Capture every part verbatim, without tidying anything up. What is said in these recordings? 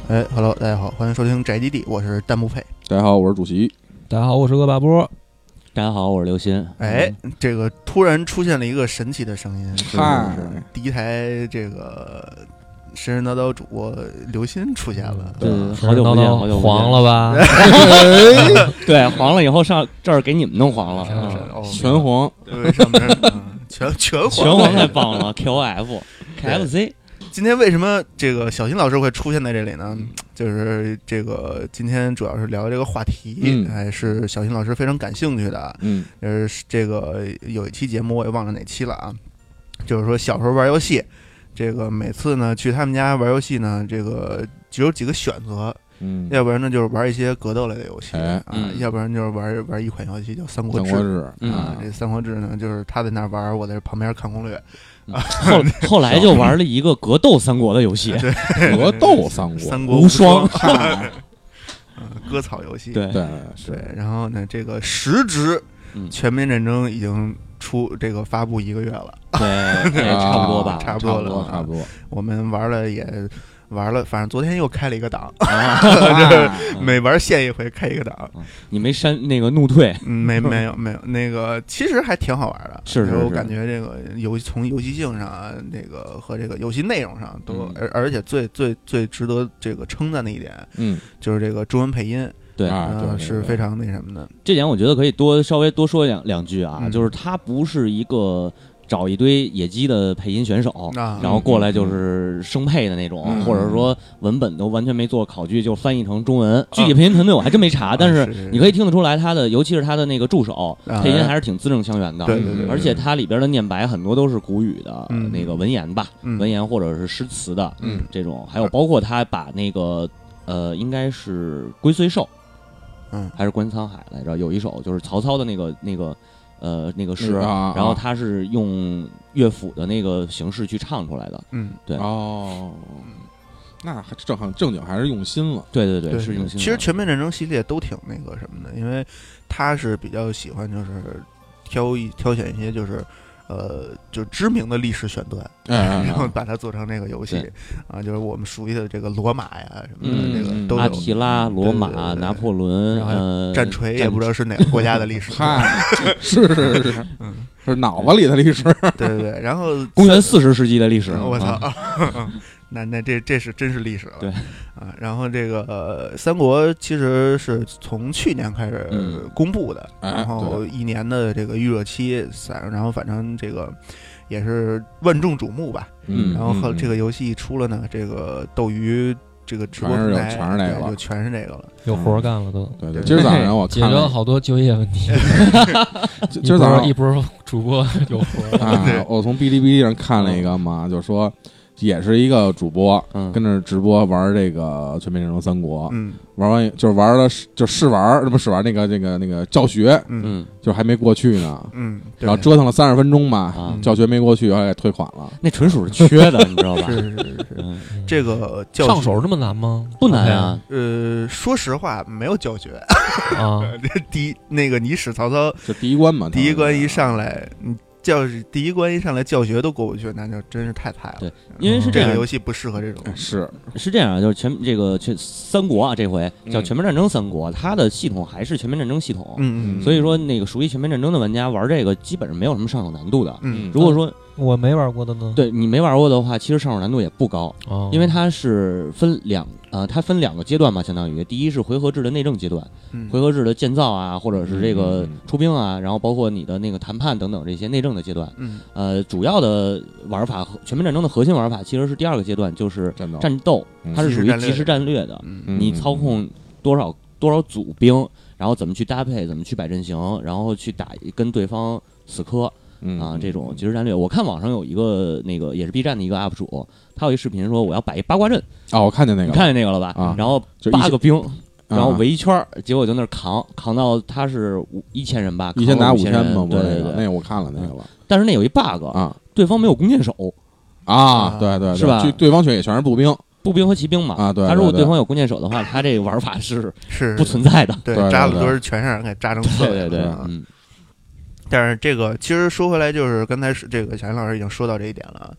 哎哈喽，大家好，欢迎收听宅基地，我是弹幕配。 大家好，我是主席。 大家好，我是恶霸波。 大家好，我是刘鑫。 哎，嗯、这个突然出现了一个神奇的声音， 嗨， 第一台这个神神叨叨主播刘鑫出现了， 对，好久不见，好久不见， 黄了吧？ 对，黄了以后上这儿给你们弄黄了， 嗯哦、 全黄， 对，上面、嗯、全全黄， 全黄太棒了 ，Q F K F C。 今天为什么这个小新老师会出现在这里呢？就是这个今天主要是聊这个话题，嗯、还是小新老师非常感兴趣的。 嗯， 呃，这个有一期节目我也忘了哪期了啊，就是说小时候玩游戏，这个每次呢去他们家玩游戏呢，这个只有几个选择。嗯，要不然呢就是玩一些格斗类的游戏、哎、啊、嗯，要不然就是玩玩一款游戏叫《三国志》。 三国志啊、 嗯，这《三国志》呢，就是他在那玩，我在旁边看攻略。 嗯、后后来就玩了一个格斗三国的游戏， 格斗三国， 三国无双， 嗯，割草游戏。 对对对，然后呢，这个时值全面战争已经出这个发布一个月了， 对，对差不多吧， 差不多了， 差不多。 我们玩了也。玩了，反正昨天又开了一个档，啊、就是每玩线一回开一个档。 啊、你没删那个怒退？ 嗯，没没有没有，那个其实还挺好玩的。 是是是， 我感觉这个游戏从游戏性上啊，那个和这个游戏内容上都，而、嗯、而且最最最值得这个称赞的一点， 嗯， 就是这个中文配音。 对啊， 对， 是非常那什么的。 这点我觉得可以多稍微多说两两句啊， 嗯、 就是它不是一个。找一堆野鸡的配音选手， 啊、 然后过来就是生配的那种， 嗯、 或者说文本都完全没做考据就翻译成中文。嗯、具体配音团队我还真没查，啊、但是你可以听得出来，他的尤其是他的那个助手、啊、配音还是挺字正腔圆的。 对对对， 而且它里边的念白很多都是古语的、 嗯、 那个文言吧， 嗯、 文言或者是诗词的， 嗯， 这种还有包括他把那个呃，应该是龟虽寿， 嗯， 还是关沧海来着，有一首就是曹操的那个那个。呃，那个诗， 啊、 然后他是用乐府的那个形式去唱出来的， 嗯， 对， 哦，那还正很正经，还是用心了， 对对对， 对是用心。 其实全面战争系列都挺那个什么的，因为他是比较喜欢就是挑一挑选一些就是。呃，就知名的历史选段， 嗯、 然后把它做成那个游戏啊，就是我们熟悉的这个罗马呀什么的， 嗯、 这个都有。 阿提拉、罗马、 对对对对拿破仑，呃， 战锤也不知道是哪个国家的历史。 嗨，是是是，嗯，是脑子里的历史。 对对对，然后公元四十世纪的历史， 我操！ 啊那那这这是真是历史了， 对啊。然后这个、呃、三国其实是从去年开始公布的， 嗯、 然后一年的这个预热期，然后反正这个也是万众瞩目吧。 嗯， 然后和这个游戏一出了呢，这个斗鱼这个直播平台全是这个了， 就全是这个了， 有活干了都。 对对，今儿早上我解决了好多就业问题。 今儿早上一波主播有活啊，我从哔哩哔哩上看了一个嘛，就说。也是一个主播， 嗯， 跟着直播玩这个《全面战争三国》， 嗯， 玩完就是玩了，就试玩，不试玩那个那个那个教学， 嗯， 就还没过去呢， 嗯， 然后折腾了三十分钟吧， 啊、 教学没过去，然后给退款了。 那纯属是缺的，你知道吧？ 是是是是，嗯、这个教上手这么难吗？ 不难啊。 呃，说实话，没有教学啊。 第一，那个你使曹操， 就第一关嘛， 第一关一上来，你。教第一关一上来教学都过不去，那就真是太菜了。 对，因为是这样， 这个游戏不适合这种。 是是这样啊，就是全这个全三国啊，这回叫全面战争三国，嗯、它的系统还是全面战争系统。 嗯嗯。 所以说，那个熟悉全面战争的玩家玩这个基本上没有什么上手难度的。 嗯。 如果说我没玩过的呢， 对你没玩过的话，其实上手难度也不高， 哦、 因为它是分两呃，它分两个阶段嘛，相当于第一是回合制的内政阶段， 嗯、 回合制的建造啊，或者是这个出兵啊，然后包括你的那个谈判等等这些内政的阶段。 嗯。 呃，主要的玩法，全面战争的核心玩法其实是第二个阶段，就是战斗， 战斗它是属于即时战略的， 嗯、 你操控多少多少组兵，然后怎么去搭配，怎么去摆阵型，然后去打跟对方死磕。 嗯啊，这种即时战略，我看网上有一个那个也是 B 站的一个 U P 主，他有一视频说我要摆一八卦阵啊，我看见那个， 你看见那个了吧？ 啊， 然后八个兵， 然后围一圈，结果就那扛扛到他是五一千人吧， 一千打五千嘛，对对对， 那个我看了那个了， 但是那有一 bug 啊， 对方没有弓箭手啊，对对， 是吧？ 对方全也全是步兵。 步兵和骑兵嘛， 啊，对， 他如果对方有弓箭手的话，他这个玩法是是不存在的， 对，扎了堆全让人给扎成刺， 对对对，嗯。 但是这个其实说回来，就是刚才是这个小杨老师已经说到这一点了，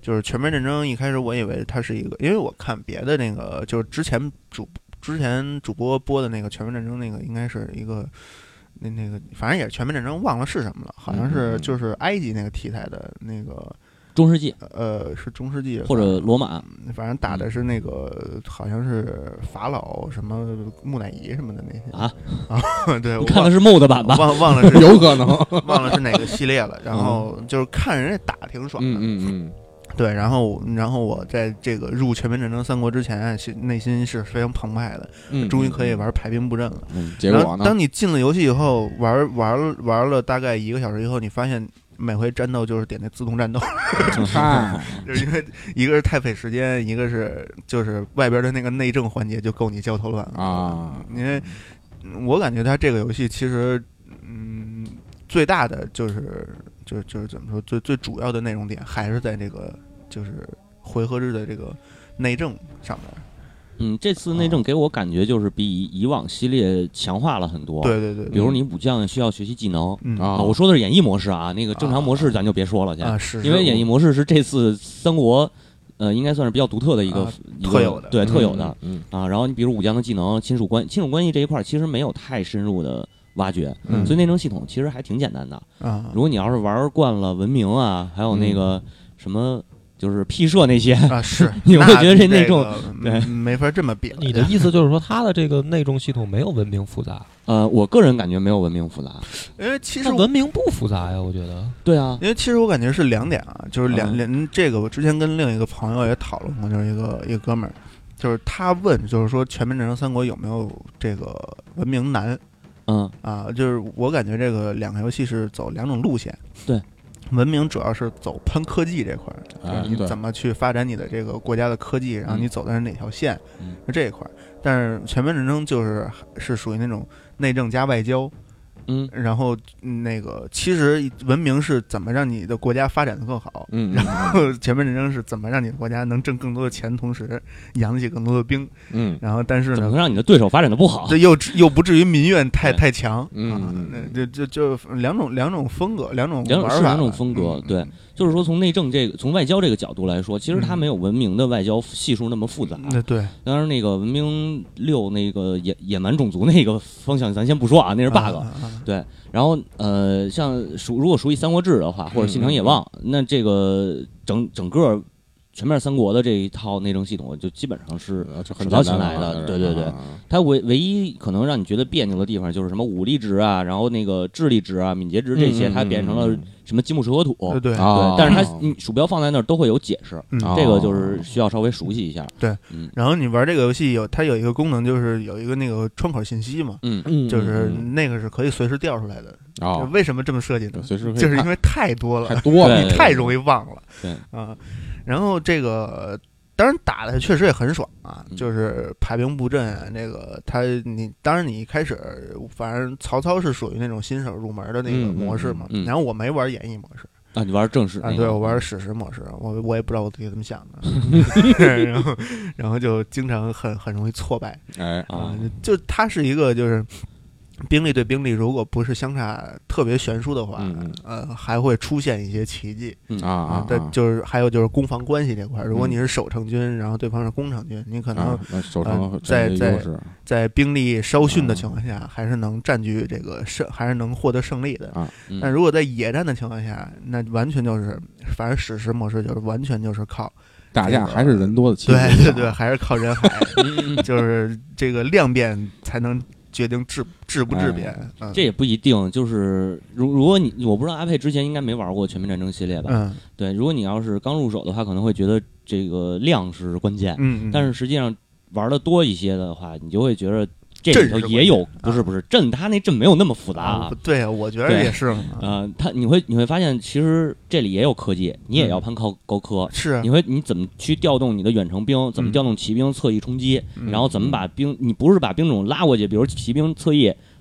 就是全面战争一开始我以为它是一个，因为我看别的那个就是之前主之前主播播的那个全面战争那个应该是一个那那个反正也是全面战争，忘了是什么了，好像是就是埃及那个题材的那个中世纪， 呃，是中世纪或者罗马， 反正打的是那个好像是法老什么木乃伊什么的那些啊啊，对， 你看的是 M O D 版吧？ 忘忘了是有可能忘了是哪个系列了。然后就是看人家打挺爽的， 嗯嗯嗯， 对。然后然后我在这个入全面战争三国之前，内心是非常澎湃的， 嗯、 终于可以玩排兵布阵了。 嗯，结果呢？ 当你进了游戏以后，玩玩玩了大概一个小时以后，你发现。每回战斗就是点那自动战斗，就是因为一个是太费时间，一个是就是外边的那个内政环节就够你焦头烂额啊。因为我感觉它这个游戏其实，嗯，最大的就是就是就是怎么说，最最主要的内容点还是在这个就是回合制的这个内政上面。 嗯，这次内政给我感觉就是比以往系列强化了很多。 对对对， 比如你武将需要学习技能、 嗯、 啊，我说的是演绎模式啊，那个正常模式咱就别说了， 啊，是， 因为演绎模式是这次三国呃应该算是比较独特的一个、 啊、 一个特有的， 对特有的， 嗯啊，然后你比如武将的技能、亲属关亲属关系这一块其实没有太深入的挖掘， 嗯、 所以内政系统其实还挺简单的啊。 如果你要是玩惯了文明啊，还有那个什么。嗯就是屁社那些啊，是你会觉得这内政、 这个、对没法这么比。 你的意思就是说，它的这个内政系统没有文明复杂？ 呃，我个人感觉没有文明复杂， 因为其实文明不复杂呀，我觉得。 对啊， 因为其实我感觉是两点啊，就是两两、嗯、这个我之前跟另一个朋友也讨论过，就是一个一个哥们儿，就是他问，就是说全面战争三国有没有这个文明难？ 嗯啊，就是我感觉这个两个游戏是走两种路线。 对。 文明主要是走喷科技这块儿， 哎、 你怎么去发展你的这个国家的科技，然后你走的是哪条线， 嗯、 是这一块儿。但是全面战争就是是属于那种内政加外交， 嗯， 然后那个其实文明是怎么让你的国家发展的更好， 嗯， 然后全面战争是怎么让你的国家能挣更多的钱，同时养起更多的兵， 嗯， 然后但是呢， 怎么让你的对手发展的不好， 这又又不至于民怨太太强， 嗯， 啊，那就就就两种两种风格，两种两玩法， 是两种风格， 嗯、 对。就是说，从内政这个、从外交这个角度来说，其实它没有文明的外交系数那么复杂。 嗯、对， 当然那个文明六那个野野蛮种族那个方向，咱先不说啊，那是 bug、 啊啊。 对，然后呃，像属如果属于三国志的话，或者信长野望， 嗯、 那这个整整个全面三国的这一套内政系统，就基本上是手到擒来的。对对对， 啊、 它唯唯一可能让你觉得别扭的地方，就是什么武力值啊，然后那个智力值啊、敏捷值这些， 嗯、 它变成了。什么金木水火土？ 对对对，但是它你鼠标放在那儿都会有解释， 嗯、 这个就是需要稍微熟悉一下。 对， 嗯， 然后你玩这个游戏有它有一个功能，就是有一个那个窗口信息嘛， 嗯嗯， 就是那个是可以随时调出来的。 哦， 为什么这么设计呢？ 随时就是因为太多了， 太多了， 你太容易忘了。 对啊，然后这个。当然打的确实也很爽啊， 嗯、 就是排兵布阵啊，那个他你当然你一开始反正曹操是属于那种新手入门的那个模式嘛， 嗯嗯嗯、 然后我没玩演绎模式啊，你玩正式啊？对，我玩史实模式，我我也不知道我自己怎么想的，然后然后就经常很很容易挫败， 哎啊，就它是一个就是。兵力对兵力，如果不是相差特别悬殊的话， 嗯、 呃，还会出现一些奇迹、 嗯、 啊啊！ 但就是还有就是攻防关系这块，如果你是守城军，嗯、然后对方是攻城军，你可能、 啊、守城、 呃、在在在兵力稍逊的情况下，啊、还是能占据这个胜，还是能获得胜利的。 啊， 嗯、 但如果在野战的情况下，那完全就是，反正史实模式就是完全就是靠。 打架还是人多的气， 对对对，还是靠人海，就是这个量变才能。决定治治不治变、 哎嗯， 这也不一定。就是如如果你我不知道阿佩之前应该没玩过全面战争系列吧？ 嗯， 对。如果你要是刚入手的话，可能会觉得这个量是关键。 嗯， 但是实际上玩的多一些的话，你就会觉得这里头也有不是不是阵，它那阵没有那么复杂。 啊、对，我觉得也是。啊、 呃，它你会你会发现，其实这里也有科技，你也要攀高高科。 是、嗯， 你会你怎么去调动你的远程兵？怎么调动骑兵侧翼冲击？ 嗯、 然后怎么把兵？你不是把兵种拉过去，比如骑兵侧翼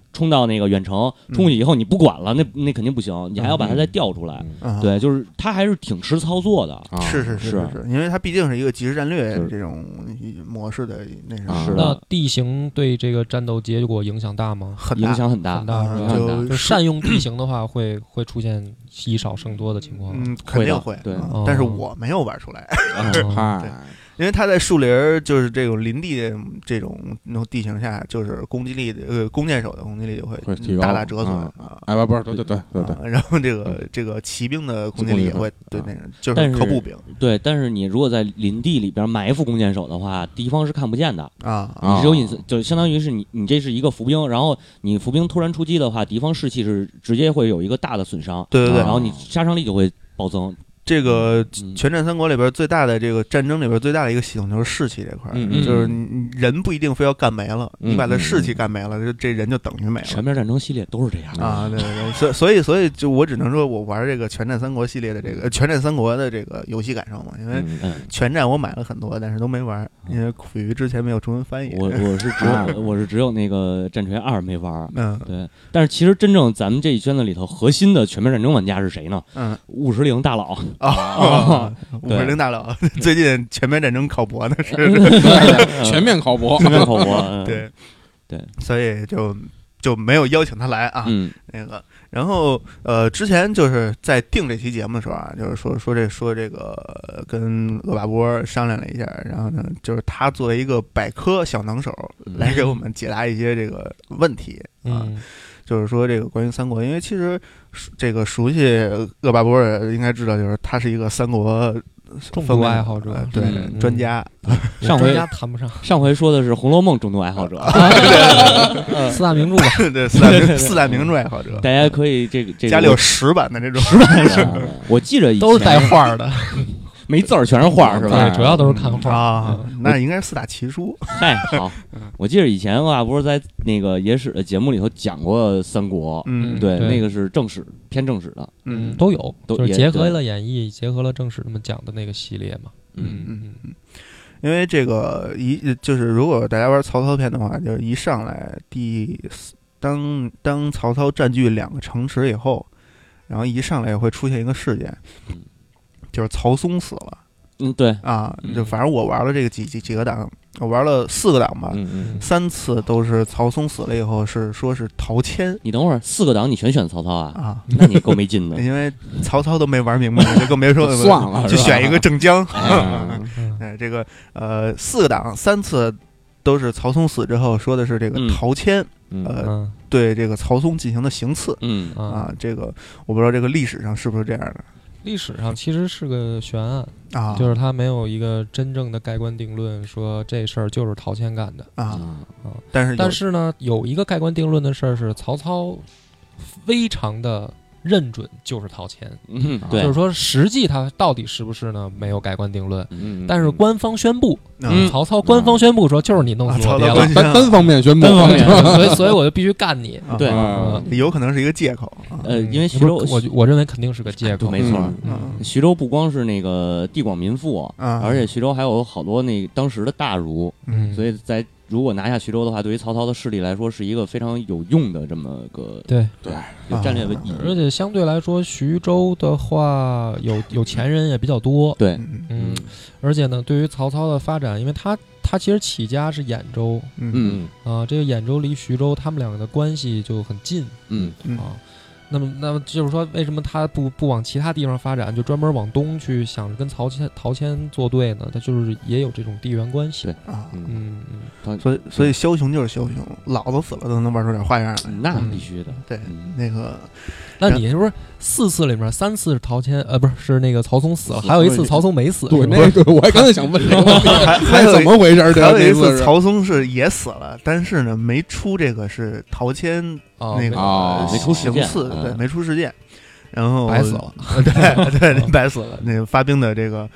冲到那个远程，冲过去以后你不管了，那那肯定不行，你还要把它再调出来。 嗯、 对，就是它还是挺吃操作的。 啊、是是是是是，因为它毕竟是一个即时战略这种模式的那什么。 是那地形对这个战斗结果影响大吗？ 很影响很大， 很大， 嗯、 就就善用地形的话，会会出现以少胜多的情况。 嗯，肯定会。 对、 嗯，但是我没有玩出来。 哦、 对。因为它在树林就是这种林地的这种那种地形下，就是攻击力的呃弓箭手的攻击力就会大打折损啊！ 哎不不是，对对对对对。 然后这个这个骑兵的攻击力也会对那种，就是靠步兵。 对，但是你如果在林地里边埋伏弓箭手的话，敌方是看不见的啊， 你只有隐私，就相当于是你你这是一个伏兵，然后你伏兵突然出击的话，敌方士气是直接会有一个大的损伤， 对对对， 然后你杀伤力就会暴增。 这个全战三国里边最大的这个战争里边最大的一个系统就是士气这块， 嗯、 就是你人不一定非要干没了， 嗯、 你把他士气干没了，这、嗯、这人就等于没了。 全面战争系列都是这样啊，对对对，所以所以所以就我只能说我玩这个全战三国系列的这个全战三国的这个游戏感受嘛，因为全战我买了很多，但是都没玩，因为苦于之前没有中文翻译。 我我是只有我是只有那个战锤二没玩， 嗯， 对。但是其实真正咱们这一圈子里头核心的全面战争玩家是谁呢？ 嗯， 五十铃大佬啊。五十铃大佬最近全面战争考博呢，是全面考博， 全面考博， 对对， 所以就就没有邀请他来啊。 嗯， 那个，然后呃，之前就是在定这期节目的时候啊，就是说说这说这个跟恶霸波商量了一下，然后呢，就是他作为一个百科小能手来给我们解答一些这个问题啊。 嗯， 就是说这个关于三国，因为其实这个熟悉恶霸波的应该知道，就是他是一个三国重度爱好者， 对、 嗯、 专家。 上回谈不上， 上回说的是《红楼梦》重度爱好者， 四大名著吧， 对四大名四大名著爱好者， 大家可以这个这个家里有十版的这种十版是，我记着都是带画的。 没字儿全是画是吧？ 对，主要都是看画啊。那应该是四大奇书。 嗨，好，我记得以前啊，不是在那个野史的节目里头讲过三国， 嗯， 对，那个是正史偏正史的， 嗯，都有， 都就是结合了演义，结合了正史他们讲的那个系列嘛。 嗯嗯嗯。因为这个一就是如果大家玩曹操篇的话，就是一上来第当当曹操占据两个城池以后，然后一上来会出现一个事件。就是曹嵩死了， 嗯，对啊，就反正我玩了这个几几几个档，我玩了四个档吧， 嗯嗯， 三次都是曹嵩死了以后是说是陶谦。 你等会儿四个档你全选曹操啊？ 啊， 那你够没劲的， 因为曹操都没玩明白，就更别说算了， 就选一个郑江。 哎， 这个呃四个档三次都是曹嵩死之后说的是这个陶谦， 嗯、 呃对这个曹嵩进行的行刺， 嗯啊，这个我不知道这个历史上是不是这样的。 历史上其实是个悬案啊， 就是他没有一个真正的盖棺定论，说这事儿就是陶谦干的啊啊。 但是但是呢，有一个盖棺定论的事儿是曹操非常的认准就是陶谦， 嗯，对， 就是说实际他到底是不是呢？没有盖棺定论， 嗯， 但是官方宣布， 嗯， 曹操官方宣布说就是你弄死我爹了， 单单方面宣布， 单方面，所以所以我就必须干你， 对， 有可能是一个借口， 呃，因为徐州， 我我认为肯定是个借口， 没错， 嗯， 徐州不光是那个地广民富，而且徐州还有好多那当时的大儒， 嗯， 所以在。如果拿下徐州的话，对于曹操的势力来说是一个非常有用的这么个对对有战略的意义， 而且相对来说，徐州的话有有钱人也比较多， 对， 嗯，而且呢，对于曹操的发展，因为他他其实起家是兖州， 嗯啊，这个兖州离徐州他们两个的关系就很近， 嗯啊。那么，那么就是说，为什么他不不往其他地方发展，就专门往东去，想着跟曹谦陶谦作对呢？他就是也有这种地缘关系。 对啊， 嗯嗯，所以所以枭雄就是枭雄，老子死了都能玩出点花样来， 那必须的。 对，那个， 那你是不是四次里面三次是陶谦，呃，不是是那个曹嵩死了，还有一次曹嵩没死？ 对，那个我还刚才想问这个问题，还怎么回事？ 还有一次曹嵩是也死了，但是呢没出这个是陶谦那个没出行刺。对，没出事件，然后白死了， 对对，白死了。那个发兵的这个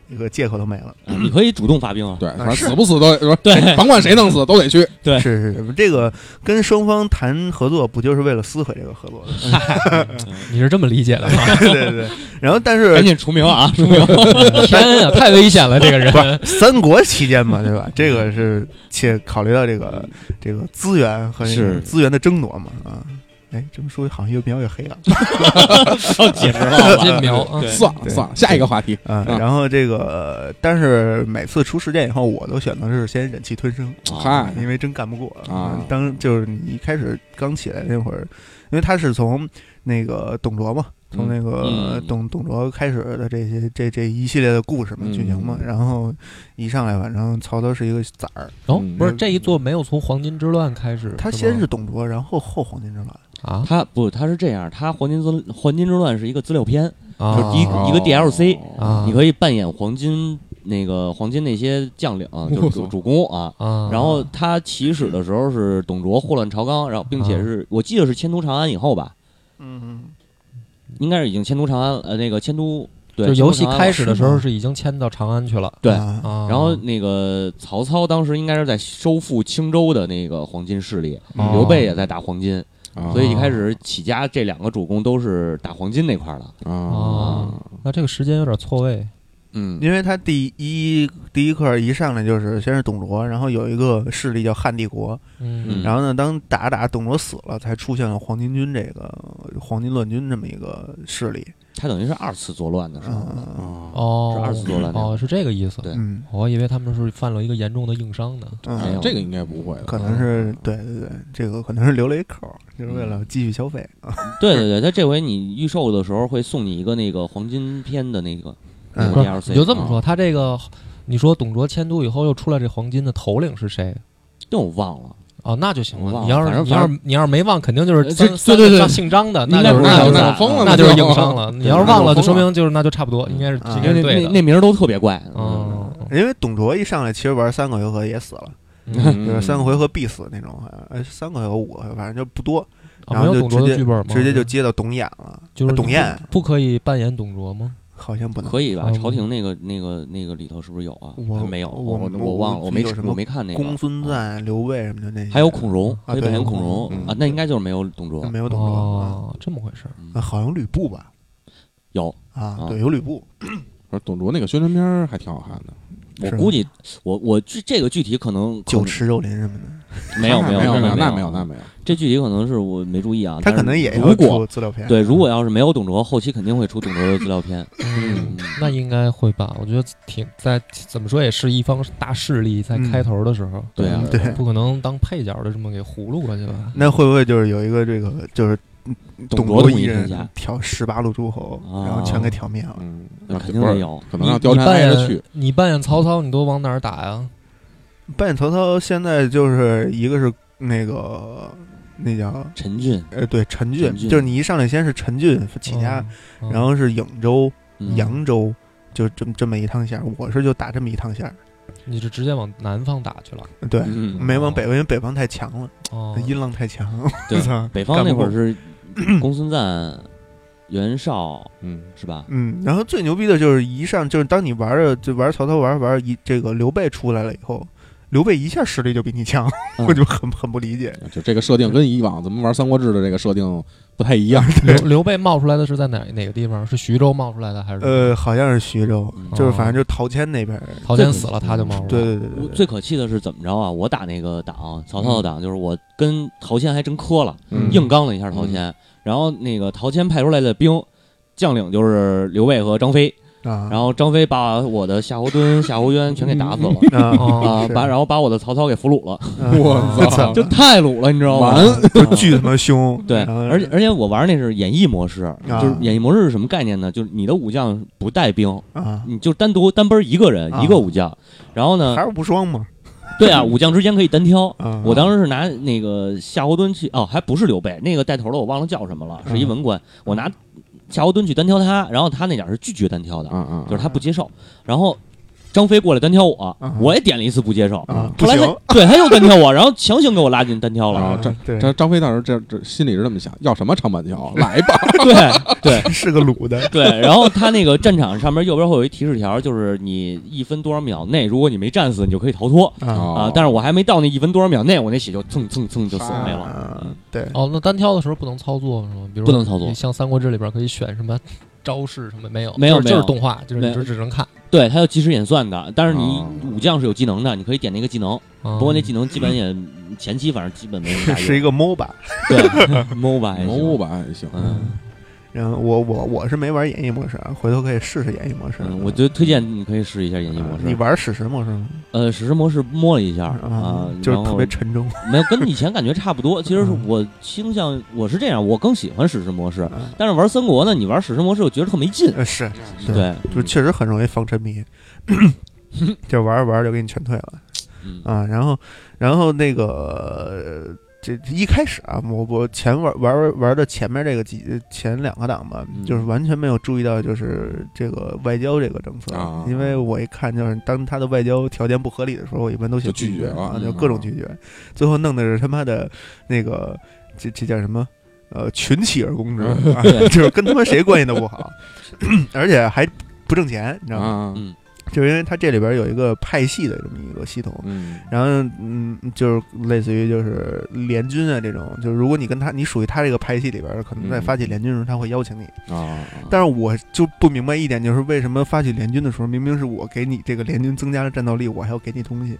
一个借口都没了。 嗯、你可以主动发兵啊， 对，反正死不死都对，甭管谁能死都得去。 对， 是是是，这个跟双方谈合作，不就是为了撕毁这个合作的？ 你是这么理解的吗？ 对对对。然后，但是赶紧除名啊，除名！ 天呀，太危险了，这个人。 三国期间嘛，对吧？这个是且考虑到这个这个资源和是资源的争夺嘛啊。哎，这么说好像越描越黑了。 要解释了， 这描算了算了，下一个话题啊。然后这个，但是每次出事件以后，我都选择是先忍气吞声， 嗨， 因为真干不过啊。 当就是你一开始刚起来那会儿，因为他是从那个董卓嘛。从那个董董卓开始的这些这这一系列的故事嘛剧情嘛，然后一上来反正曹操是一个崽儿。 哦，不是这一座没有从黄巾之乱开始， 他先是董卓，然后后黄巾之乱啊。 他不，他是这样，他黄巾之黄巾之乱是一个资料片， 啊、 就是一、哦、一个 D L C，、 啊、 你可以扮演黄巾那个黄巾那些将领，就是主公啊。 啊然后他起始的时候是董卓祸乱朝纲，然后并且是、啊、我记得是迁都长安以后吧。 嗯嗯。 应该是已经迁都长安，呃，那个迁都，对， 就游戏开始的时候是已经迁到长安去了， 对。 啊、 然后那个曹操当时应该是在收复青州的那个黄巾势力，哦、刘备也在打黄巾，哦、所以一开始起家这两个主公都是打黄巾那块的。 啊、哦，那这个时间有点错位。 嗯，因为他第一第一课一上来就是先是董卓，然后有一个势力叫汉帝国， 嗯， 然后呢，当打打董卓死了，才出现了黄巾军这个黄巾乱军这么一个势力。 他等于是二次作乱的时候， 嗯、哦， 是二次作乱哦，是这个意思。 对， 嗯， 我以为他们是犯了一个严重的硬伤呢。 嗯， 这个应该不会， 可能是对对对，这个可能是留了一口，就是为了继续消费啊。 对对对，他这回你预售的时候会送你一个那个黄巾篇的那个。 嗯， 你就这么说，他这个，你说董卓迁都以后又出来这黄巾的头领是谁？ 这我忘了哦，那就行了。你要是你要是你要是没忘，肯定就是对对对， 姓张的，那就是那那疯了， 那就是硬伤了。你要是忘了，就说明就是那就差不多，应该是应该是对的。 那名都特别怪， 嗯， 因为董卓一上来其实玩三个回合也死了，就是三个回合必死那种，好像哎三个回合五个回合，反正就不多。然后就直接直接就接到董演了， 就是董彦不可以扮演董卓吗？ 好像不能可以吧？朝廷那个那个那个里头是不是有啊？ 我没有， 我我忘了，我没我没看那个。 公孙瓒、刘备什么的那些， 还有孔融， 可以扮演孔融啊， 那应该就是没有董卓， 没有董卓哦，这么回事啊？好像吕布吧？ 有啊，对，有吕布。 而董卓那个宣传片还挺好看的。 我估计，我我这这个具体可能酒池肉林什么的， 没有没有没有没有那没有那没有， 这具体可能是我没注意啊。 他可能也要出资料片， 对，如果要是没有董卓，后期肯定会出董卓的资料片。 嗯，那应该会吧？我觉得挺在怎么说也是一方大势力，在开头的时候， 对啊， 对， 不可能当配角的这么给葫芦过去吧？ 那会不会就是有一个这个就是？ 董卓一人挑十八路诸侯，然后全给挑灭了。 嗯， 那肯定得有， 可能让貂蝉挨着去。 你扮演曹操，你都往哪儿打呀？ 扮演曹操现在就是一个是那个那叫陈俊， 呃，对，陈俊，就是你一上来先是陈俊起家，然后是颍州、扬州，就这么这么一趟线。我是就打这么一趟线。 你是直接往南方打去了？ 对，没往北，因为北方太强了，音浪太强。 对，北方那会儿是。公孙瓒、袁绍，嗯，是吧？ 嗯，然后最牛逼的就是一上就是当你玩着就玩曹操玩玩一这个刘备出来了以后，刘备一下实力就比你强， 嗯、 我就很很不理解。 就这个设定跟以往咱们玩三国志的这个设定不太一样。 刘刘备冒出来的是在哪哪个地方？是徐州冒出来的还是？ 呃，好像是徐州，嗯、就是反正就陶谦那边， 陶谦死了他就冒出来。 对对对对。 最可气的是怎么着啊？我打那个党，曹操的党，就是我跟陶谦还真磕了， 嗯、 硬刚了一下陶谦。嗯然后那个陶谦派出来的兵将领就是刘备和张飞， 啊、 然后张飞把我的夏侯惇、夏侯渊全给打死了， 啊， 啊把然后把我的曹操给俘虏了， 我操， 就太鲁了，你知道吗？ 就巨他妈凶。 对，而且而且我玩那是演绎模式， 啊、 就是演绎模式是什么概念呢？就是你的武将不带兵啊， 你就单独单奔一个人、 啊、 一个武将，然后呢还是无双嘛。 对啊，武将之间可以单挑。 啊、 我当时是拿那个夏侯惇去，哦，还不是刘备，那个带头的我忘了叫什么了，是一文官。啊、我拿夏侯惇去单挑他，然后他那点是拒绝单挑的， 嗯嗯， 就是他不接受。然后张飞过来单挑我， 啊、 我也点了一次不接受， 啊、 后来他对他又单挑我，然后强行给我拉进单挑了。 啊、张张张飞当时这这心里是这么想，要什么长板桥，来吧。 对对， 是个鲁的。 对，然后他那个战场上面右边会有一提示条，就是你一分多少秒内，如果你没战死，你就可以逃脱啊、呃。但是我还没到那一分多少秒内，我那血就蹭蹭蹭就死没了。 啊、对， 哦，那单挑的时候不能操作是吗？比如不能操作， 像《三国志》里边可以选什么招式什么没有？ 没有， 就是、就是动画，就是你只只能看。 对，它要即时演算的，但是你武将是有技能的，你可以点那个技能。 哦、 不过那技能基本也前期反正基本没什么大用。 是一个 M O B A， 对 M O B A M O B A 也行。 嗯， 然后我我我是没玩演绎模式啊，回头可以试试演绎模式。 嗯，我就推荐你可以试一下演绎模式。 你玩史实模式吗？ 呃，史实模式摸了一下啊， 就是特别沉重。 没有，跟以前感觉差不多。其实我倾向我是这样，我更喜欢史实模式。但是玩三国呢，你玩史实模式，我觉得特没劲。 呃，是， 对， 就确实很容易放沉迷，就玩着玩着就给你全退了。啊，然后，然后那个。这一开始啊，我我前玩玩玩的前面这个几前两个档吧， 嗯、 就是完全没有注意到就是这个外交这个政策， 啊、 因为我一看就是当他的外交条件不合理的时候，我一般都写拒绝啊，就各种拒绝，嗯、最后弄的是他妈的那个这这叫什么呃群起而攻之， 嗯啊、就是跟他们谁关系都不好，而且还不挣钱，你知道吗？ 嗯。 就是因为它这里边有一个派系的这么一个系统， 嗯， 然后嗯，就是类似于就是联军啊这种，就是如果你跟他你属于他这个派系里边，可能在发起联军的时候他会邀请你啊。 但是我就不明白一点，就是为什么发起联军的时候，明明是我给你这个联军增加了战斗力，我还要给你东西。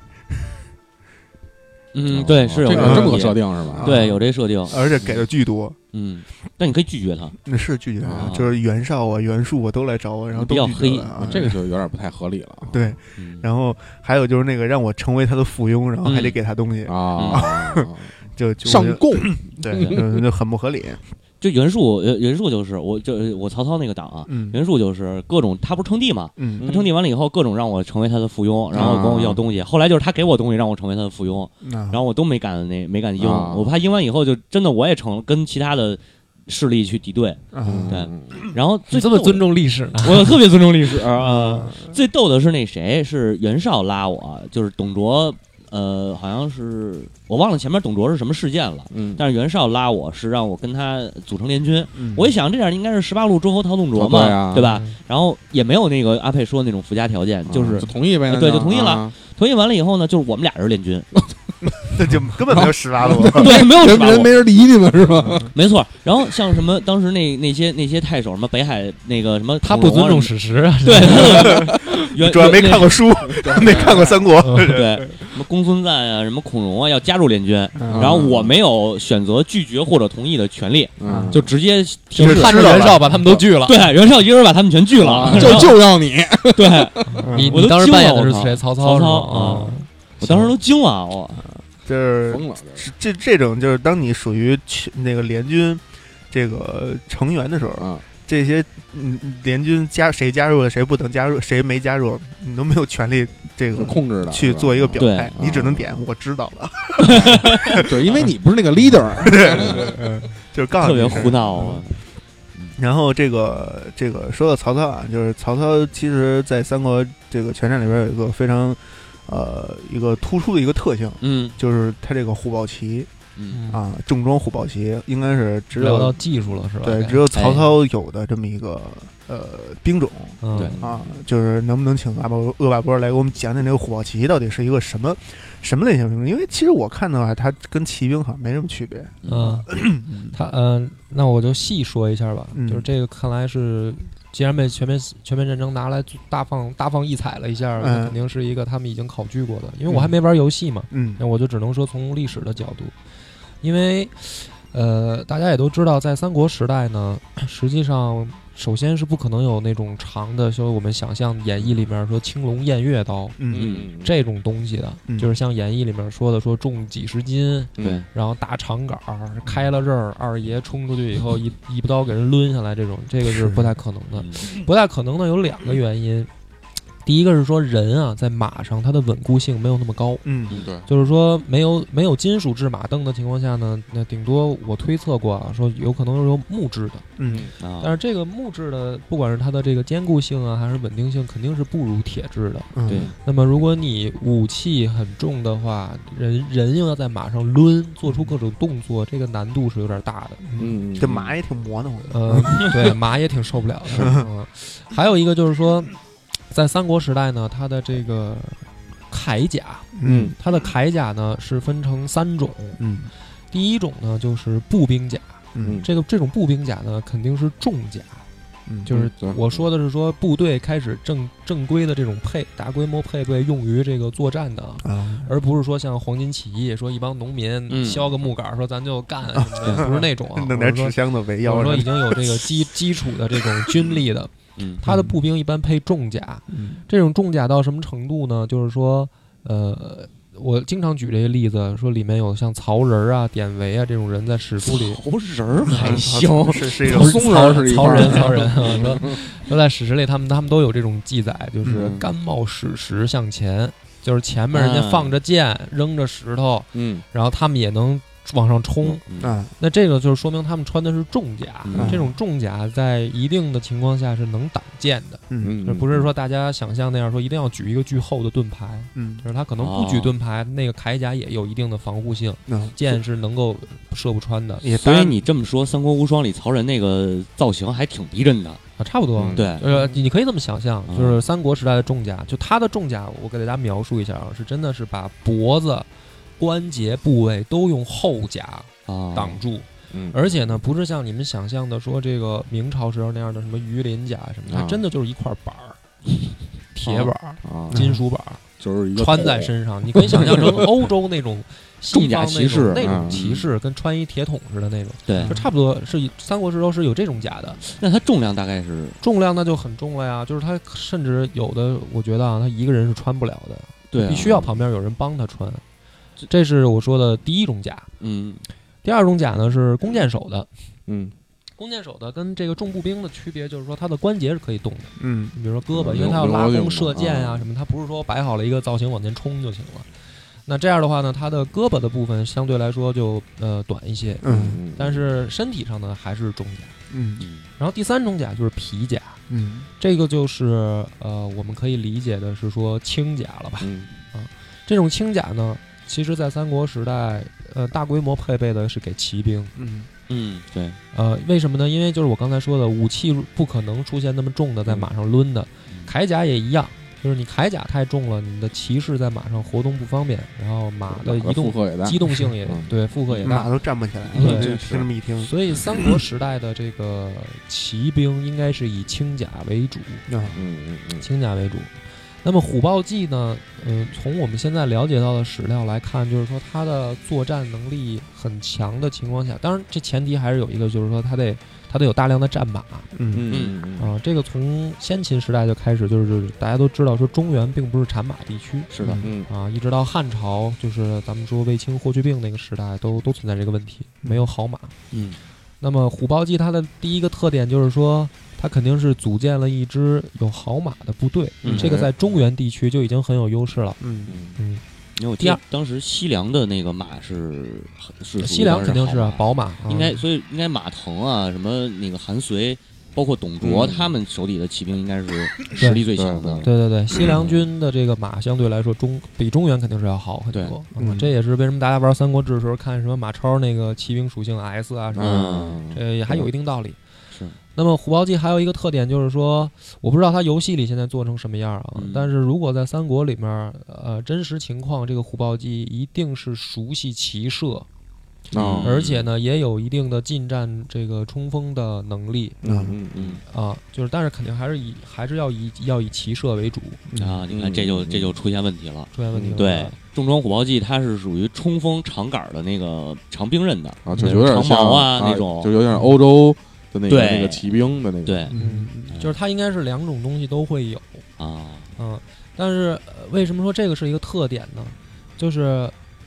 嗯，对，是有这个这么个设定是吧？ 对，有这设定， 而且给的巨多。 嗯，但你可以拒绝他。 那是拒绝， 啊、 就是袁绍啊、袁术啊都来找我，然后比较黑， 啊、 这个就有点不太合理了。 对， 嗯、 然后还有就是那个让我成为他的附庸，然后还得给他东西啊， 就, 就上供， 对，就, 就很不合理。 就袁术，袁术就是我，就我曹操那个党啊， 嗯、 袁术就是各种，他不是称帝嘛， 嗯、 他称帝完了以后，各种让我成为他的附庸，然后管我要东西。啊、后来就是他给我东西，让我成为他的附庸， 啊、 然后我都没敢那没敢应， 啊、 我怕应完以后就真的我也成跟其他的势力去敌对， 啊、 对。然后最这么尊重历史呢？ 我特别尊重历史啊。最逗的是那谁是袁绍拉我，就是董卓。呃，好像是我忘了前面董卓是什么事件了， 嗯， 但是袁绍拉我是让我跟他组成联军， 嗯、 我一想这样应该是十八路诸侯讨董卓嘛， 对, 啊、 对吧？然后也没有那个阿佩说那种附加条件， 啊、 就是就同意呗， 对，就同意了。 啊、 同意完了以后呢，就是我们俩人联军， 那就根本没有十八路， 对，没有十八路， 人没人理你们是吧？ 没错。然后像什么当时那那些那些太守，什么北海那个什么， 他不尊重史实啊， 对，原主要没看过书，没看过三国， 对，什么公孙瓒啊，什么孔融啊，要加入联军， 嗯、 然后我没有选择拒绝或者同意的权利， 嗯、 就直接就是看着袁绍把他们都拒了， 对，袁绍一人把他们全拒了， 啊、就就要你， 对， 你我你当时扮演的是谁？曹操， 曹操啊，我当时都惊了，我就是疯了， 这这种就是当你属于那个联军这个成员的时候。 啊这些嗯联军加谁加入了谁不能加入谁没加入，你都没有权利这个控制的去做一个表态，你只能点、啊、我知道了。 对，因为你不是那个 leader， 对对对，就是告诉特别胡闹啊。 然后这个这个说到曹操啊，就是曹操其实在三国这个全战里边有一个非常呃一个突出的一个特性， 嗯， 就是他这个虎豹骑。 嗯啊，重装虎豹骑应该是只有聊到技术了是吧？ 对，只有曹操有的这么一个、哎、呃兵种。 对啊，就是能不能请阿波恶霸波来给我们讲讲这个虎豹骑到底是一个什么什么类型的兵？因为其实我看的话，它跟骑兵好像没什么区别。 嗯，它嗯、呃，那我就细说一下吧。 嗯、 就是这个看来是。既然被全面全面战争拿来大放大放异彩了一下，那肯定是一个他们已经考据过的。因为我还没玩游戏嘛， 嗯， 那我就只能说从历史的角度，因为呃，大家也都知道，在三国时代呢，实际上首先是不可能有那种长的，就我们想象演义里面说青龙偃月刀， 嗯， 这种东西的， 嗯、 就是像演义里面说的，说重几十斤， 对， 然后大长杆开了刃儿，二爷冲出去以后一一刀给人抡下来，这种这个是不太可能的，不太可能的有两个原因。 第一个是说人啊，在马上它的稳固性没有那么高， 嗯， 对， 就是说没有没有金属制马镫的情况下呢，那顶多我推测过啊，说有可能是有木质的， 嗯， 但是这个木质的，不管是它的这个坚固性啊，还是稳定性，肯定是不如铁质的。 嗯、 对。 那么如果你武器很重的话，人人又要在马上抡，做出各种动作，这个难度是有点大的。 嗯， 这马也挺磨的，我觉得。 呃，对，马也挺受不了的。嗯，还有一个就是说。在三国时代呢，它的这个铠甲， 嗯， 它的铠甲呢是分成三种， 嗯， 第一种呢就是步兵甲， 嗯， 这个这种步兵甲呢肯定是重甲， 嗯， 就是我说的是说部队开始正正规的这种配大规模配备用于这个作战的， 啊， 而不是说像黄巾起义说一帮农民削个木杆说咱就干什么的，不是那种啊， 弄点纸箱子围腰， 我说已经有这个基基础的这种军力的。 嗯， 他的步兵一般配重甲， 嗯， 这种重甲到什么程度呢？就是说，呃，我经常举这个例子，说里面有像曹仁啊、典韦啊这种人在史书里， 曹仁还行， 是是一种松仁是曹仁，曹仁啊，说说在史实里，他们他们都有这种记载，就是甘冒矢石向前，就是前面人家放着箭，扔着石头， 嗯， 然后他们也能。往上冲啊， 那这个就是说明他们穿的是重甲， 嗯、 这种重甲在一定的情况下是能挡箭的， 嗯， 这不是说大家想象那样说一定要举一个巨厚的盾牌， 嗯， 就是他可能不举盾牌，哦、那个铠甲也有一定的防护性， 嗯、 箭是能够射不穿的。 所以你这么说，《三国无双》里曹仁那个造型还挺逼真的啊，差不多， 嗯、对， 呃，你可以这么想象，就是三国时代的重甲，就他的重甲，我给大家描述一下啊，是真的是把脖子、关节部位都用厚甲。挡住， 嗯， 而且呢，不是像你们想象的说这个明朝时候那样的什么鱼鳞甲什么的，它真的就是一块板儿，铁板儿、金属板儿， 就是一个穿在身上。你可以想象成欧洲那种重甲骑士那种骑士，跟穿一铁桶似的那种， 对， 就差不多是三国时候是有这种甲的。 那它重量大概是？ 重量那就很重了呀，就是它甚至有的，我觉得啊，他一个人是穿不了的， 对， 必须要旁边有人帮他穿。这是我说的第一种甲， 嗯。 第二种甲呢是弓箭手的， 嗯， 弓箭手的跟这个重步兵的区别就是说它的关节是可以动的， 嗯， 你比如说胳膊，因为它要拉弓射箭啊什么，它不是说摆好了一个造型往前冲就行了。那这样的话呢，它的胳膊的部分相对来说就呃短一些， 嗯， 但是身体上呢还是重甲， 嗯， 然后第三种甲就是皮甲， 嗯， 这个就是呃我们可以理解的是说轻甲了吧， 嗯， 啊，这种轻甲呢。其实，在三国时代，呃，大规模配备的是给骑兵。 嗯嗯，对。 呃，为什么呢？因为就是我刚才说的，武器不可能出现那么重的在马上抡的， 嗯、 铠甲也一样，就是你铠甲太重了，你的骑士在马上活动不方便，然后马的移动机动性也对，负荷也大， 马都站不起来。 对， 听这么一听， 所以三国时代的这个骑兵应该是以轻甲为主。 嗯嗯嗯， 轻甲为主。那么虎豹骑呢？嗯、呃，从我们现在了解到的史料来看，就是说它的作战能力很强的情况下，当然这前提还是有一个，就是说它得它得有大量的战马。 嗯嗯嗯啊，这个从先秦时代就开始，就是大家都知道说中原并不是产马地区， 是的，嗯啊，一直到汉朝，就是咱们说卫青、霍去病那个时代，都都存在这个问题，没有好马。 嗯， 那么虎豹骑它的第一个特点就是说。他肯定是组建了一支有好马的部队， 嗯、 这个在中原地区就已经很有优势了。 嗯嗯， 因为我记得当时西凉的那个马是是西凉肯定是啊，宝马， 应该所以应该马腾啊，什么那个韩遂，包括董卓、嗯、他们手底的骑兵应该是实力最强的。 对对对，西凉军的这个马相对来说中比中原肯定是要好很多。嗯，这也是为什么大家玩三国志的时候看什么马超那个骑兵属性 S 啊什么的， 嗯、 这也还有一定道理。 是。 那么虎豹骑还有一个特点就是说，我不知道它游戏里现在做成什么样啊， 嗯、 但是如果在三国里面，呃，真实情况，这个虎豹骑一定是熟悉骑射， 嗯、 而且呢也有一定的近战这个冲锋的能力。 嗯嗯嗯啊，就是但是肯定还是以还是要以要以骑射为主啊。你看这就这就出现问题了， 出现问题了。 对，重装虎豹骑它是属于冲锋长杆的那个长兵刃的啊，就有点长矛啊那种， 就有点欧洲。的那个那个骑兵的那个， 对， 嗯，就是它应该是两种东西都会有啊， 嗯，但是、呃、为什么说这个是一个特点呢？就是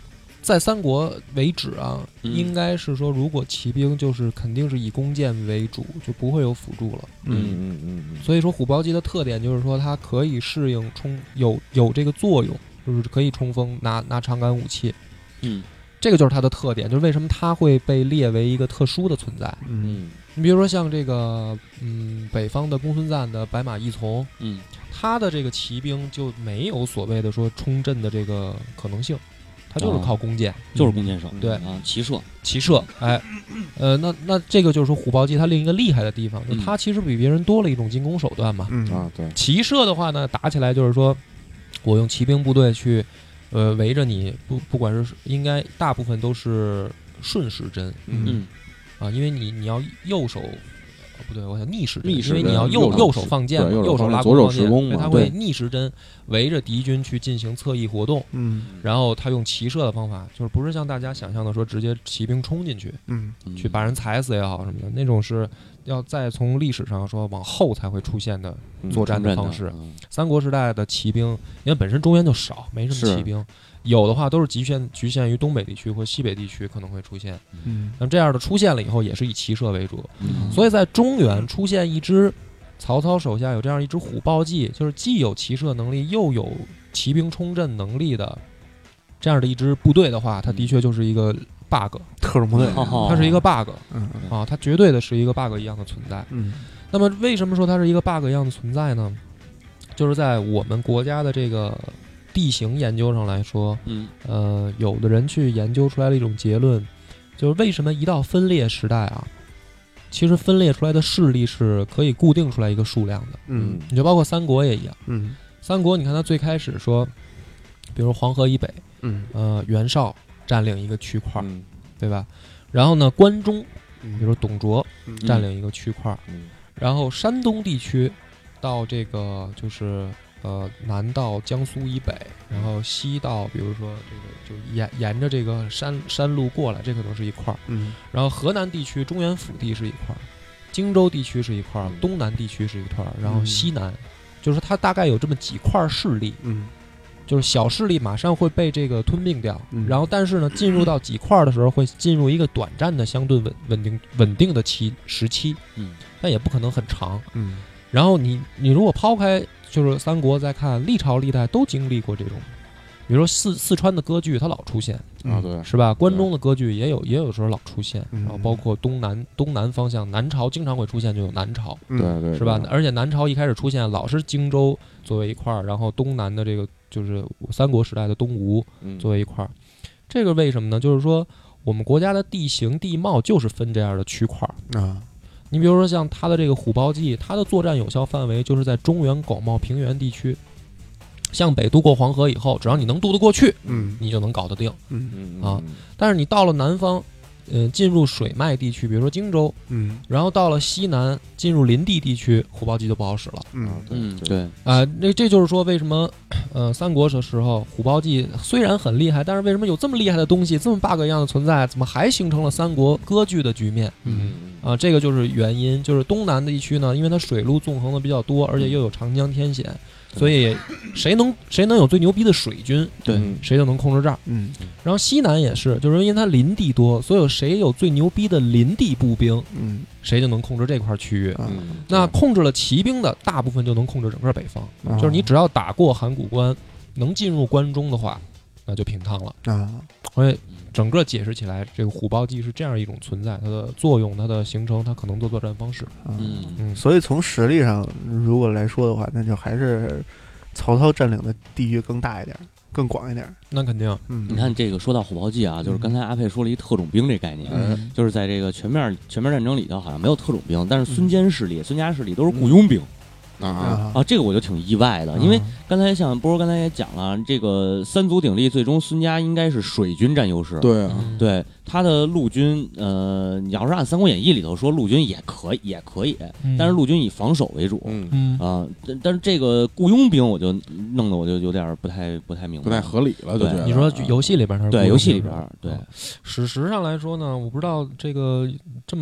在三国为止啊， 嗯、 应该是说，如果骑兵就是肯定是以弓箭为主，就不会有辅助了。 嗯嗯嗯嗯。 所以说虎豹骑的特点就是说，它可以适应冲，有有这个作用，就是可以冲锋，拿拿长杆武器。 嗯， 这个就是它的特点，就是为什么它会被列为一个特殊的存在。 嗯， 你比如说像这个，嗯，北方的公孙瓒的白马义从， 嗯， 他的这个骑兵就没有所谓的说冲阵的这个可能性。他就是靠弓箭， 哦、就是弓箭手， 对啊，骑射， 骑射，哎，呃，那那这个就是说虎豹骑它另一个厉害的地方，就它其实比别人多了一种进攻手段嘛。 嗯啊，对。 骑射的话呢，打起来就是说，我用骑兵部队去，呃，围着你，不不管是应该大部分都是顺时针， 嗯， 啊，因为你你要右手。不对，我想逆时针， 逆时针因为你要右右手放箭， 右手拉左手持弓嘛， 它会逆时针围着敌军去进行侧翼活动。 嗯， 然后他用骑射的方法，就是不是像大家想象的说直接骑兵冲进去， 嗯， 去把人踩死也好什么的，那种是要再从历史上说往后才会出现的作战的方式。 嗯嗯、 三国时代的骑兵，因为本身中原就少，没什么骑兵。有的话都是局限局限于东北地区或西北地区可能会出现， 嗯， 那么这样的出现了以后，也是以骑射为主， 嗯、 所以在中原出现一支曹操手下有这样一支虎豹骑，就是既有骑射能力又有骑兵冲阵能力的这样的一支部队的话，它的确就是一个 bug， 特种部队， 它是一个 bug， 嗯啊，它绝对的是一个 bug 一样的存在。 嗯， 那么为什么说它是一个 bug 一样的存在呢？就是在我们国家的这个地形研究上来说， 嗯， 呃，有的人去研究出来了一种结论，就是为什么一到分裂时代啊，其实分裂出来的势力是可以固定出来一个数量的。 嗯， 你就包括三国也一样。 嗯， 三国你看它最开始说，比如黄河以北， 嗯， 呃，袁绍占领一个区块， 嗯、 对吧？然后呢，关中，比如董卓占领一个区块， 嗯、 然后山东地区到这个就是。呃，南到江苏以北，然后西到，比如说这个就沿沿着这个山山路过来，这可能是一块儿。 嗯， 然后河南地区中原腹地是一块儿，荆州地区是一块儿，东南地区是一块儿，然后西南，嗯、就是它大概有这么几块势力。 嗯， 就是小势力马上会被这个吞并掉， 嗯、 然后但是呢，进入到几块的时候，会进入一个短暂的相对稳稳定稳定的期时期。 嗯， 但也不可能很长。 嗯， 然后你你如果抛开。就是三国再看历朝历代都经历过这种，比如说四四川的割据它老出现啊，对， 是吧？关中的割据也有也有时候老出现， 然后包括东南东南方向，南朝经常会出现，就有南朝， 对对， 是吧？而且南朝一开始出现老是荆州作为一块儿，然后东南的这个就是三国时代的东吴作为一块儿，这个为什么呢？就是说我们国家的地形地貌就是分这样的区块啊。 你比如说像它的这个虎豹骑，它的作战有效范围就是在中原广袤平原地区，向北渡过黄河以后，只要你能渡得过去， 嗯， 你就能搞得定， 嗯啊。但是你到了南方，呃，进入水脉地区，比如说荆州， 嗯， 然后到了西南，进入林地地区，虎豹骑就不好使了， 嗯嗯，对啊，那这就是说为什么，呃，三国的时候虎豹骑虽然很厉害，但是为什么有这么厉害的东西，这么 bug 一样的存在，怎么还形成了三国割据的局面？ 嗯。 啊，这个就是原因，就是东南的地区呢，因为它水路纵横的比较多，而且又有长江天险，所以谁能谁能有最牛逼的水军， 对， 谁就能控制这儿。 嗯， 然后西南也是，就是因为它林地多，所以谁有最牛逼的林地步兵， 嗯， 谁就能控制这块区域。 嗯， 那控制了骑兵的大部分就能控制整个北方， 嗯、 就是你只要打过函谷关，能进入关中的话，那就平趟了啊。 所以整个解释起来，这个虎豹骑是这样一种存在，它的作用、它的形成、它可能的作战方式。 嗯嗯，所以从实力上如果来说的话，那就还是曹操占领的地域更大一点，更广一点。 那肯定。 嗯， 你看这个说到虎豹骑啊，就是刚才阿佩说了一特种兵这概念， 嗯、 就是在这个全面全面战争里头好像没有特种兵，但是孙坚势力、嗯、孙家势力都是雇佣兵。 啊啊，这个我就挺意外的，因为刚才像波儿刚才也讲了，这个三足鼎立，最终孙家应该是水军占优势。 对啊， 对他的陆军，呃，你要是按《三国演义》里头说，陆军也可以，也可以， 嗯、 但是陆军以防守为主。 嗯啊，但但是这个雇佣兵，我就弄得我就有点不太不太明白， 不太合理了。就觉得你说游戏里边它是对游戏里边对史实上来说呢，我不知道这个这么。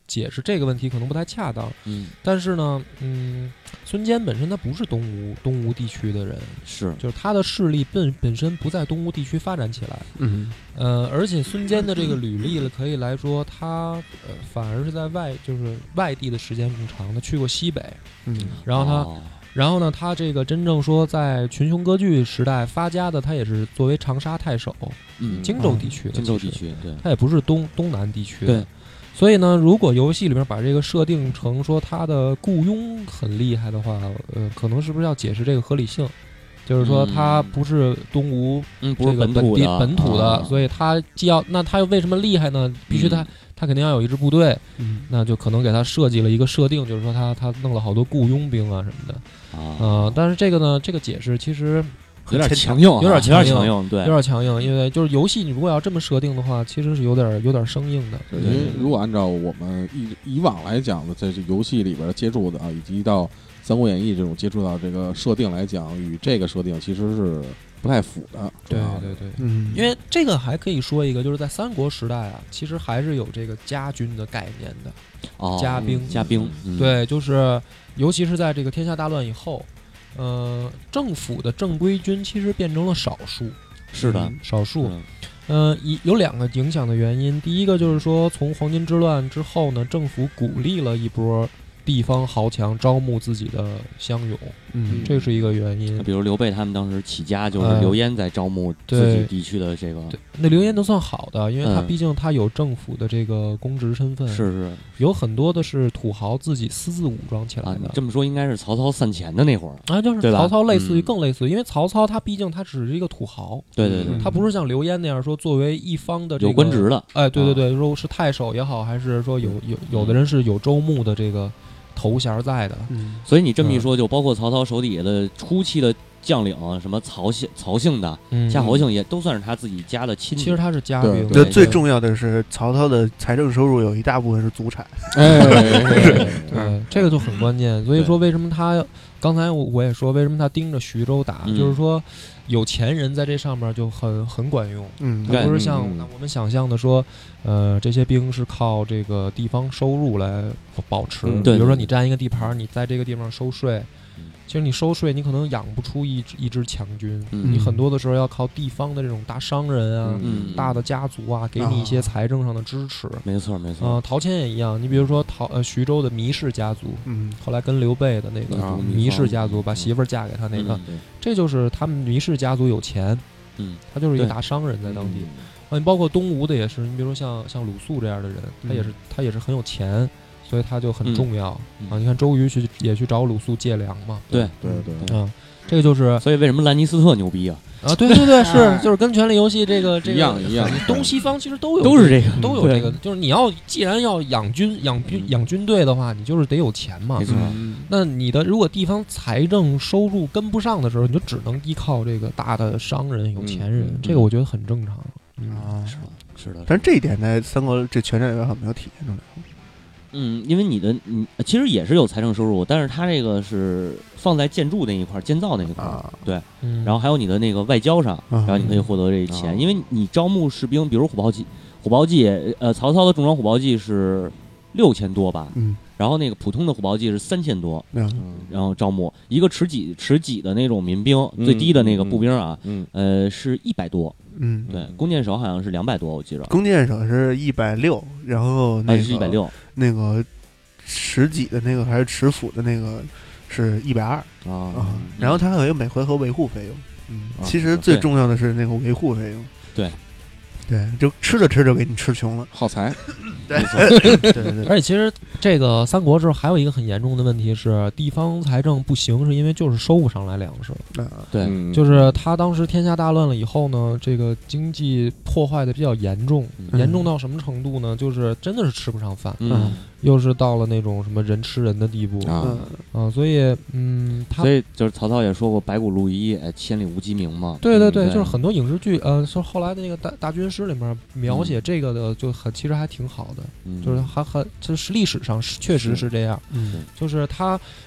解释这个问题可能不太恰当。 嗯， 但是呢，嗯，孙坚本身他不是东吴东吴地区的人， 是， 就是他的势力本本身不在东吴地区发展起来。 嗯， 呃，而且孙坚的这个履历了，可以来说他呃反而是在外就是外地的时间更长，他去过西北， 嗯， 然后他。 哦然后呢，他这个真正说在群雄割据时代发家的，他也是作为长沙太守， 嗯， 荆州地区的， 荆州地区，对， 他也不是东东南地区的。 对， 所以呢，如果游戏里面把这个设定成说他的雇佣很厉害的话，呃，可能是不是要解释这个合理性？就是说他不是东吴嗯，不是这个本地本土的， 本土的， 啊所以他既要那他又为什么厉害呢？必须他。 嗯他肯定要有一支部队， 嗯， 那就可能给他设计了一个设定，就是说他他弄了好多雇佣兵啊什么的， 啊， 呃，但是这个呢，这个解释其实有点强硬啊， 有点有强硬点强硬，对， 有点强硬，因为就是游戏你如果要这么设定的话，其实是有点有点生硬的。 因为如果按照我们以以往来讲的，在这游戏里边接触的啊，以及到《三国演义》这种接触到这个设定来讲，与这个设定其实是不太符的。 对对对， 嗯， 因为这个还可以说一个，就是在三国时代啊，其实还是有这个家军的概念的， 哦， 家兵家兵，嗯， 对，就是尤其是在这个天下大乱以后，呃，政府的正规军其实变成了少数， 是的， 少数。 嗯呃，一有两个影响的原因，第一个就是说，从黄巾之乱之后呢，政府鼓励了一波地方豪强招募自己的乡勇， 嗯， 这是一个原因。 比如刘备他们当时起家就是哎刘焉在招募自己地区的这个， 对，那刘焉都算好的，因为他嗯毕竟他有政府的这个公职身份， 是是有很多的是土豪自己私自武装起来啊，你的。 这么说应该是曹操散钱的那会儿， 啊，就是对吧曹操类似于嗯更类似于，因为曹操他毕竟他只是一个土豪， 对对对嗯， 他不是像刘焉那样说作为一方的这个有官职的， 哎，对对啊对，说是太守也好，还是说有有有的人是有州牧的这个头衔在的， 嗯， 所以你这么一说，就包括曹操手底下的初期的将领，什么曹姓、曹姓的、 嗯， 夏侯姓，也都算是他自己家的亲戚。 其实他是家对兵， 这对最重要的是曹操的财政收入有一大部分是祖产， 哎， 对，这个就很关键。所以说，为什么他刚才我我也说，为什么他盯着徐州打， 嗯就是说有钱人在这上面就很很管用。 嗯， 他不是像嗯我们想象的说，呃，这些兵是靠这个地方收入来保持。 嗯对比如说你占一个地盘，你在这个地方收税嗯， 其实你收税，你可能养不出一支一支强军， 嗯你很多的时候要靠地方的这种大商人啊、 嗯大的家族啊，给你一些财政上的支持。 没错没呃错，， 陶谦也一样，你比如说陶呃徐州的糜氏家族， 嗯， 后来跟刘备的那个啊糜氏家族把媳妇儿嫁给他那个， 嗯对这就是他们糜氏家族有钱， 嗯， 他就是一个对大商人在当地。 嗯啊，你包括东吴的也是，你比如说像像鲁肃这样的人，他也是他也是很有钱，所以他就很重要嗯啊。你看周瑜去也去找鲁肃借粮嘛， 对对对， 啊，这个就是所以为什么兰尼斯特牛逼啊？ 啊，对对对，是就是跟权力游戏这个这个一样一样东西方其实都有都是这个都有这个，就是你要既然要养军养军养军队的话，你就是得有钱嘛没。错嗯那你的如果地方财政收入跟不上的时候，你就只能依靠这个大的商人、有钱人， 嗯这个我觉得很正常。嗯， 啊， 是吧？是的， 但是这一点在三国这全战里边好像没有体现出来。 嗯，因为你的你其实也是有财政收入，但是它这个是放在建筑那一块儿、建造那一块儿， 啊， 对， 嗯然后还有你的那个外交上， 嗯然后你可以获得这啊钱，因为你招募士兵，比如虎豹骑，虎豹骑，呃，曹操的重装虎豹骑是六千多吧， 嗯， 然后那个普通的虎豹骑是三千多， 嗯嗯然后招募一个持戟持戟的那种民兵， 嗯最低的那个步兵啊， 嗯呃，是一百多， 嗯， 对，弓箭手好像是两百多，我记着， 弓箭手是一百六，然后那哎， 个是一百，六那个持戟的那个还是持斧的那个是一百二啊啊，然后他还有每回合维护费用。嗯， 啊其实最重要的是那个维护费用。 对， 对，就吃着吃着给你吃穷了。 耗材， 对对对对， 而且其实这个三国之后还有一个很严重的问题是，地方财政不行，是因为就是收不上来粮食。 啊对， 嗯就是他当时天下大乱了以后呢，这个经济破坏的比较严重， 嗯严重到什么程度呢？就是真的是吃不上饭， 嗯， 又是到了那种什么人吃人的地步啊嗯啊，所以嗯，他所以就是曹操也说过“白骨露衣，哎，千里无鸡鸣”嘛， 对对对， 嗯对就是很多影视剧，呃，说后来的那个大大军师里面描写这个的就很其实还挺好的， 嗯就是还很就是历史上是确实是这样， 嗯就是他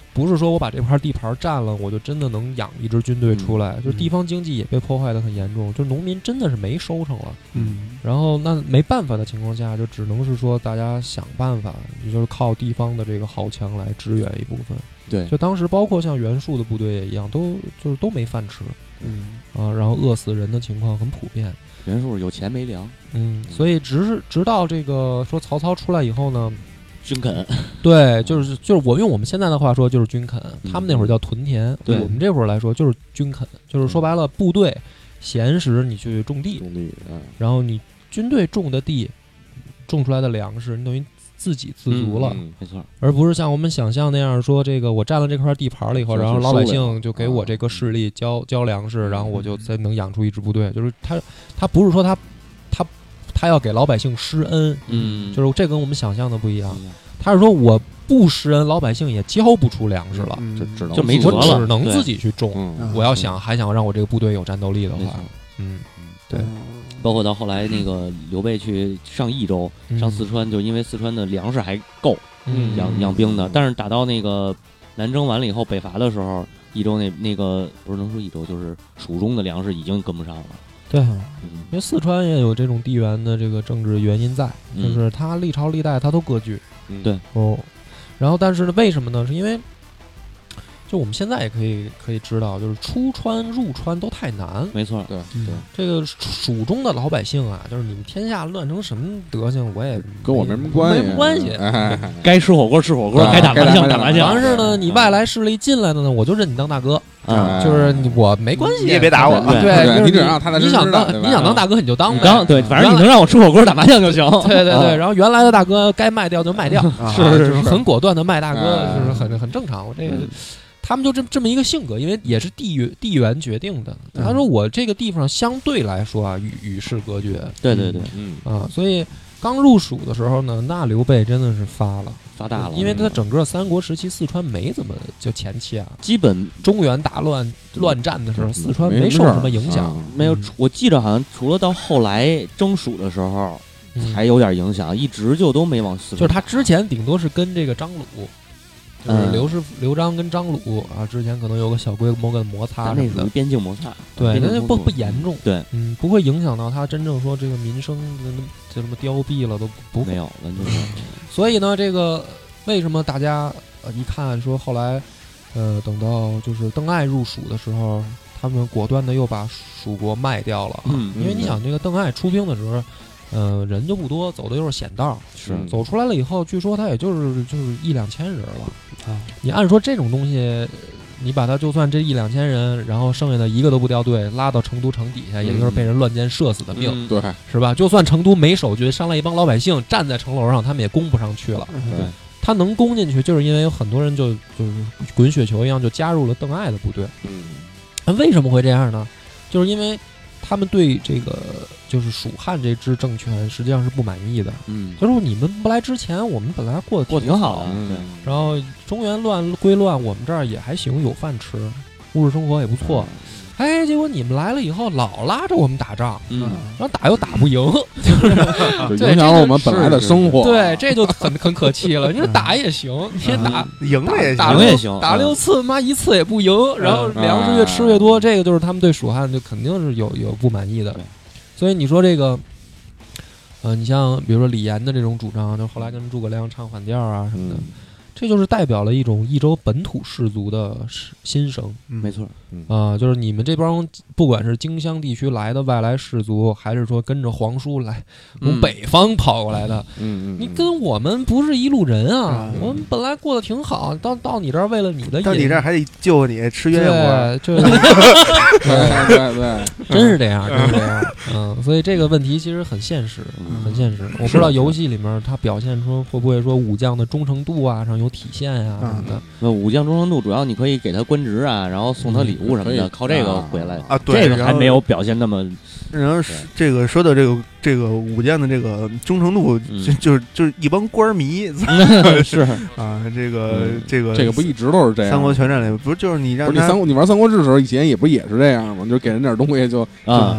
不是说我把这块地盘占了，我就真的能养一支军队出来。嗯、就是地方经济也被破坏的很严重，就农民真的是没收成了。 嗯， 然后那没办法的情况下，就只能是说大家想办法，也就是靠地方的这个豪强来支援一部分。 对， 就当时包括像袁术的部队也一样，都就是都没饭吃。 嗯啊，然后饿死人的情况很普遍。 袁术有钱没粮。 嗯，所以直是直到这个说曹操出来以后呢。 军垦， 对，就是就是我用我们现在的话说就是军垦， 嗯、 他们那会儿叫屯田， 对我们这会儿来说就是军垦，就是说白了，部队闲时你去种地， 种地，嗯， 然后你军队种的地，种出来的粮食，你等于自给自足了， 嗯、没错， 而不是像我们想象那样说，这个我占了这块地盘了以后，然后老百姓就给我这个势力交交粮食，然后我就才能养出一支部队，就是他他不是说他他。他要给老百姓施恩， 嗯， 就是这跟我们想象的不一样。他是说我不施恩，老百姓也交不出粮食了， 嗯、 就只能就没辙了， 我只能自己去种。 嗯、 我要想还想让我这个部队有战斗力的话，嗯，对。 包括到后来那个刘备去上益州、 嗯、 上四川，就因为四川的粮食还够， 嗯， 养养兵的。但是打到那个南征完了以后，北伐的时候，益州那那个不是能说益州，就是蜀中的粮食已经跟不上了。 对，因为四川也有这种地缘的这个政治原因在， 嗯、 就是它历朝历代它都割据， 嗯、 对哦，然后但是呢，为什么呢？是因为就我们现在也可以可以知道，就是出川入川都太难， 没错， 对对，这个蜀中的老百姓啊，就是你们天下乱成什么德行，我也跟我没什么关系， 没关系， 哎、 该吃火锅吃火锅，该打麻将打麻将。 但是呢，你外来势力进来的呢，我就认你当大哥。 啊， 就是你我没关系， 你也别打我， 对， 对你只让他你想当你想当大哥你就当当，对，反正你能让我吃火锅打麻将就行。 对对对，然后原来的大哥该卖掉就卖掉， 是是很果断的卖大哥，就是很很正常。我这个他们就这这么一个性格，因为也是地缘地缘决定的。他说我这个地方相对来说啊与与世隔绝， 对对对， 嗯啊，所以刚入蜀的时候呢，那刘备真的是发了。 发大了， 因为他整个三国时期，四川没怎么就前期啊， 基本中原大乱乱战的时候，四川没受什么影响， 没有。我记得好像除了到后来征蜀的时候才有点影响，一直就都没往四川。 就是他之前顶多是跟这个张鲁，就是刘师刘璋跟张鲁啊，之前可能有个小规模的摩擦， 那属于边境摩擦， 对，那就不不严重， 对， 嗯，不会影响到他真正说这个民生就什么凋敝了都不没有，完全没有。 所以呢，这个为什么大家呃一看说后来，呃，等到就是邓艾入蜀的时候，他们果断的又把蜀国卖掉了， 嗯， 因为你想这个邓艾出兵的时候，呃，人就不多，走的又是险道， 是走出来了以后，据说他也就是就是一两千人了啊。你按说这种东西，你把他就算这一两千人，然后剩下的一个都不掉队，拉到成都城底下，也就是被人乱箭射死的命， 嗯、 对， 是吧？就算成都没守军，上来一帮老百姓站在城楼上，他们也攻不上去了。 对， 他能攻进去，就是因为有很多人就就是滚雪球一样就加入了邓艾的部队。 嗯， 那为什么会这样呢？就是因为他们对这个就是蜀汉这支政权实际上是不满意的。 嗯， 就是你们不来之前，我们本来过得过挺好的， 嗯、 对。 然后中原乱归乱，我们这儿也还行，有饭吃，物质生活也不错。嗯哎，结果你们来了以后，老拉着我们打仗， 嗯， 然后打又打不赢，就是就影响了我们本来的生活。 对，这就很很可气了。你说打也行，你打赢了也打也行， 打六次妈一次也不赢，然后粮食越吃越多，这个就是他们对蜀汉就肯定是有有不满意的。所以你说这个，呃，你像比如说李严的这种主张，就后来跟诸葛亮唱反调啊什么的。这就是代表了一种益州本土士族的心声， 没错， 啊、呃，就是你们这帮不管是荆襄地区来的外来士族，还是说跟着皇叔来从北方跑过来的， 嗯嗯， 你跟我们不是一路人啊， 嗯、 我们本来过得挺好，到到你这儿为了你的， 到你这儿还得救你吃鸳鸯锅， 对， 对对对， 真是这样，真是这样，嗯，所以这个问题其实很现实，很现实。我不知道游戏里面它表现出会不会说武将的忠诚度啊上有体现呀、啊、什么的。 那武将忠诚度主要你可以给他官职啊，然后送他礼物什么的，靠这个回来啊。对， 这个还没有表现那么。 然后这个说到这个这个武将的这个忠诚度，就就是就是一帮官迷， 是啊，这个这个这个不一直都是这样。 三国全战里不是就是你让你三国你玩三国志的时候，以前也不也是这样吗？就给人点东西就啊，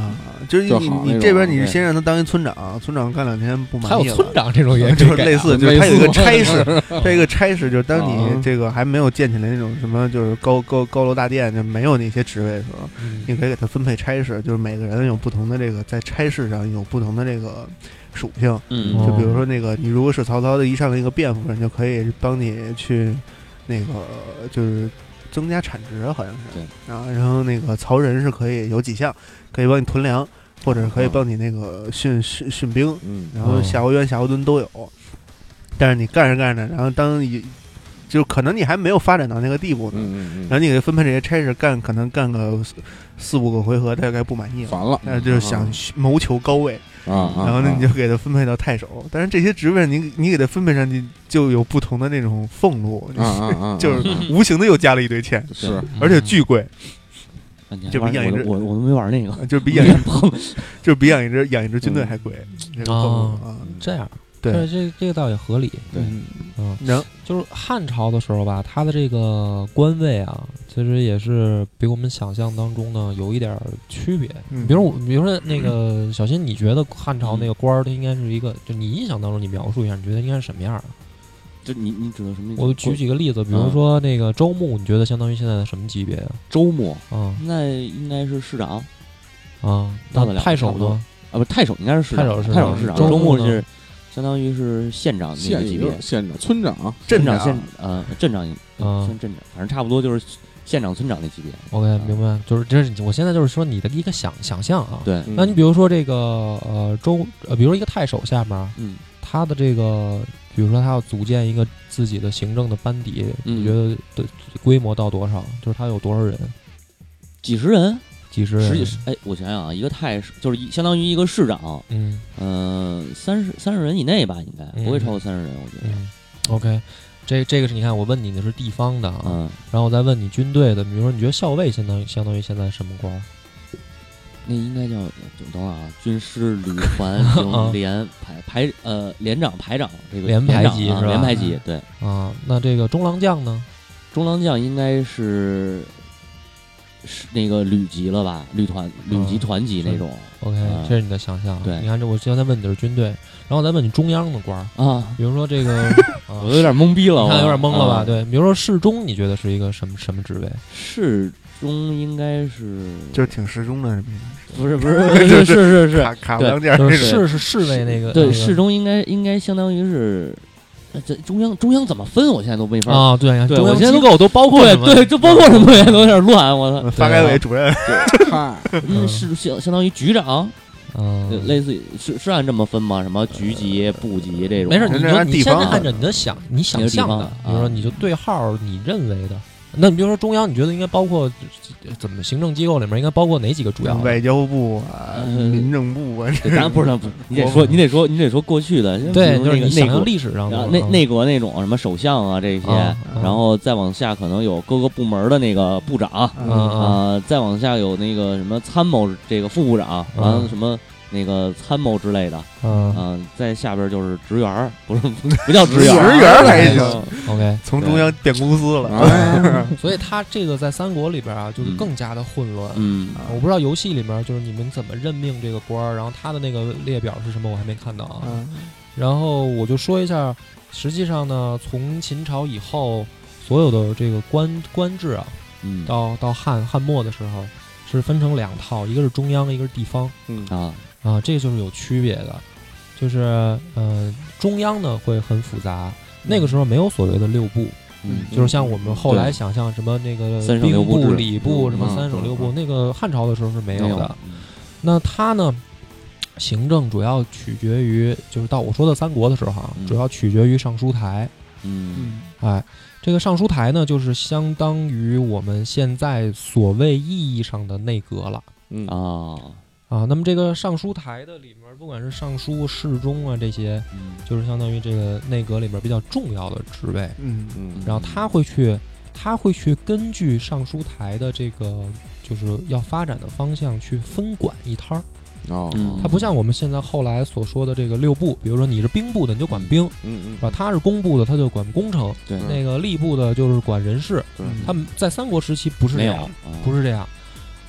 就是你你这边你是先让他当一村长，村长干两天不满意了， 还有村长这种也就是类似，就是他有一个差事，他有一个差事，就是当啊你这个还没有建起来那种什么就是高高高楼大殿，就没有那些职位的时候， 嗯你可以给他分配差事，就是每个人有不同的这个在差事上有不同的这个属性， 嗯， 就比如说那个你如果是曹操的一上的一个便夫人，就可以帮你去那个就是增加产值，好像是对啊，然后那个曹仁是可以有几项可以帮你囤粮，或者可以帮你那个训训训兵， 嗯， 然后夏侯渊、夏侯惇都有，但是你干着干着，然后当你就可能你还没有发展到那个地步呢， 嗯嗯嗯， 然后你给分配这些差事干，可能干个四五个回合，大概不满意了， 烦了， 那就是想谋求高位。 啊， 然后呢，你就给他分配到太守，但是这些职位你你给他分配上去，就有不同的那种俸禄， 啊啊啊， 就是无形的又加了一堆钱， 是， 而且巨贵， 就比养一只我我都没玩那个， 就是比养一就是比养一只养一支军队还贵，这个俸禄啊， 这样， 对， 这这个倒也合理， 对， 嗯， 然后就是汉朝的时候吧，他的这个官位啊，其实也是比我们想象当中呢有一点区别。 嗯、 比如我，比如说那个小新，你觉得汉朝那个官儿，他应该是一个，就你印象当中，你描述一下，你觉得应该是什么样的？ 就你你指的什么？ 我举几个例子，比如说那个周牧，你觉得相当于现在的什么级别啊？ 周牧啊， 那应该是市长啊，那太守呢？ 啊，不，太守应该是市长， 太守是太守市长， 周牧是。相当于是县长那个级别， 县长、村长、 镇长、 县呃镇长，嗯，算镇长，反正差不多就是县长、村长那级别。 OK，明白，就是这是我现在就是说你的一个想想象啊。 对， 那你比如说这个呃周呃，比如说一个太守下面， 嗯， 他的这个，比如说他要组建一个自己的行政的班底， 嗯、 你觉得的规模到多少？就是他有多少人？ 几十人。 几十人， 哎，我想想啊，一个太就是相当于一个市长， 嗯嗯，三十三十人以内吧，应该不会超过三十人，我觉得。 嗯、OK， 这这个是你看，我问你的是地方的啊， 嗯， 然后我再问你军队的，比如说你觉得校尉相当于相当于现在什么官？ 那应该叫等会儿啊，军师、旅、团、营、连、排排呃连长、排长这个连排级是吧？ 连排级对啊，那这个中郎将呢？ 中郎将应该是。是那个旅级了吧？旅团、旅级、团级那种。 OK，、嗯、这是你的想象。 对， 你看这，我刚才问你的是军队，然后我再问你中央的官啊， 比如说这个， 啊、我有点懵逼了， 你看有点懵了吧？ 啊、 对，比如说侍中，你觉得是一个什么什么职位？ 侍中应该是就是挺适中的， 不是不是是是是是卡卡不两件， 侍是侍卫那个。 对，侍中应该应该相当于是。这中央中央怎么分？我现在都没法啊！对， 对中央机构都包括对对，就包括什么？我现在都有点乱。我操！ 发改委主任， 嗯，是相相当于局长， 嗯， 类似于是是按这么分吗？什么局级、部级这种？ 没事，你就你现在按照你的想你想象的，比如说你就对号你认为的。那你比如说中央，你觉得应该包括怎么行政机构里面应该包括哪几个主要？ 外交部啊，民政部啊， 当然不是不是，你得说你得说你得说过去的， 对，就是你想象历史上的内内阁那种什么首相啊这些，然后再往下可能有各个部门的那个部长啊，再往下有那个什么参谋这个副部长，完了什么。那个参谋之类的， 嗯、 呃，在下边就是职员，不是不叫职员， 职员还行。 OK， 从中央变公司了， 啊、所以他这个在三国里边啊，就是更加的混乱。 嗯， 啊、我不知道游戏里面就是你们怎么任命这个官儿，然后他的那个列表是什么，我还没看到啊。 嗯、 然后我就说一下，实际上呢，从秦朝以后，所有的这个官官制啊， 嗯， 到到汉汉末的时候，是分成两套，一个是中央，一个是地方。 嗯啊。 啊，这个就是有区别的，就是呃，中央呢会很复杂，那个时候没有所谓的六部， 嗯， 就是像我们后来想象什么那个兵部、礼部什么三省六部，那个汉朝的时候是没有的。那它呢，行政主要取决于，就是到我说的三国的时候啊，主要取决于尚书台。 嗯， 哎，这个尚书台呢，就是相当于我们现在所谓意义上的内阁了。 嗯啊。 啊，那么这个尚书台的里面，不管是尚书、侍中啊这些， 嗯， 就是相当于这个内阁里面比较重要的职位， 嗯嗯， 然后他会去，他会去根据尚书台的这个就是要发展的方向去分管一摊儿。 哦， 它不像我们现在后来所说的这个六部，比如说你是兵部的，你就管兵， 嗯嗯， 是吧？他是工部的，他就管工程， 对， 那个吏部的就是管人事， 对， 他们在三国时期不是这样，不是这样。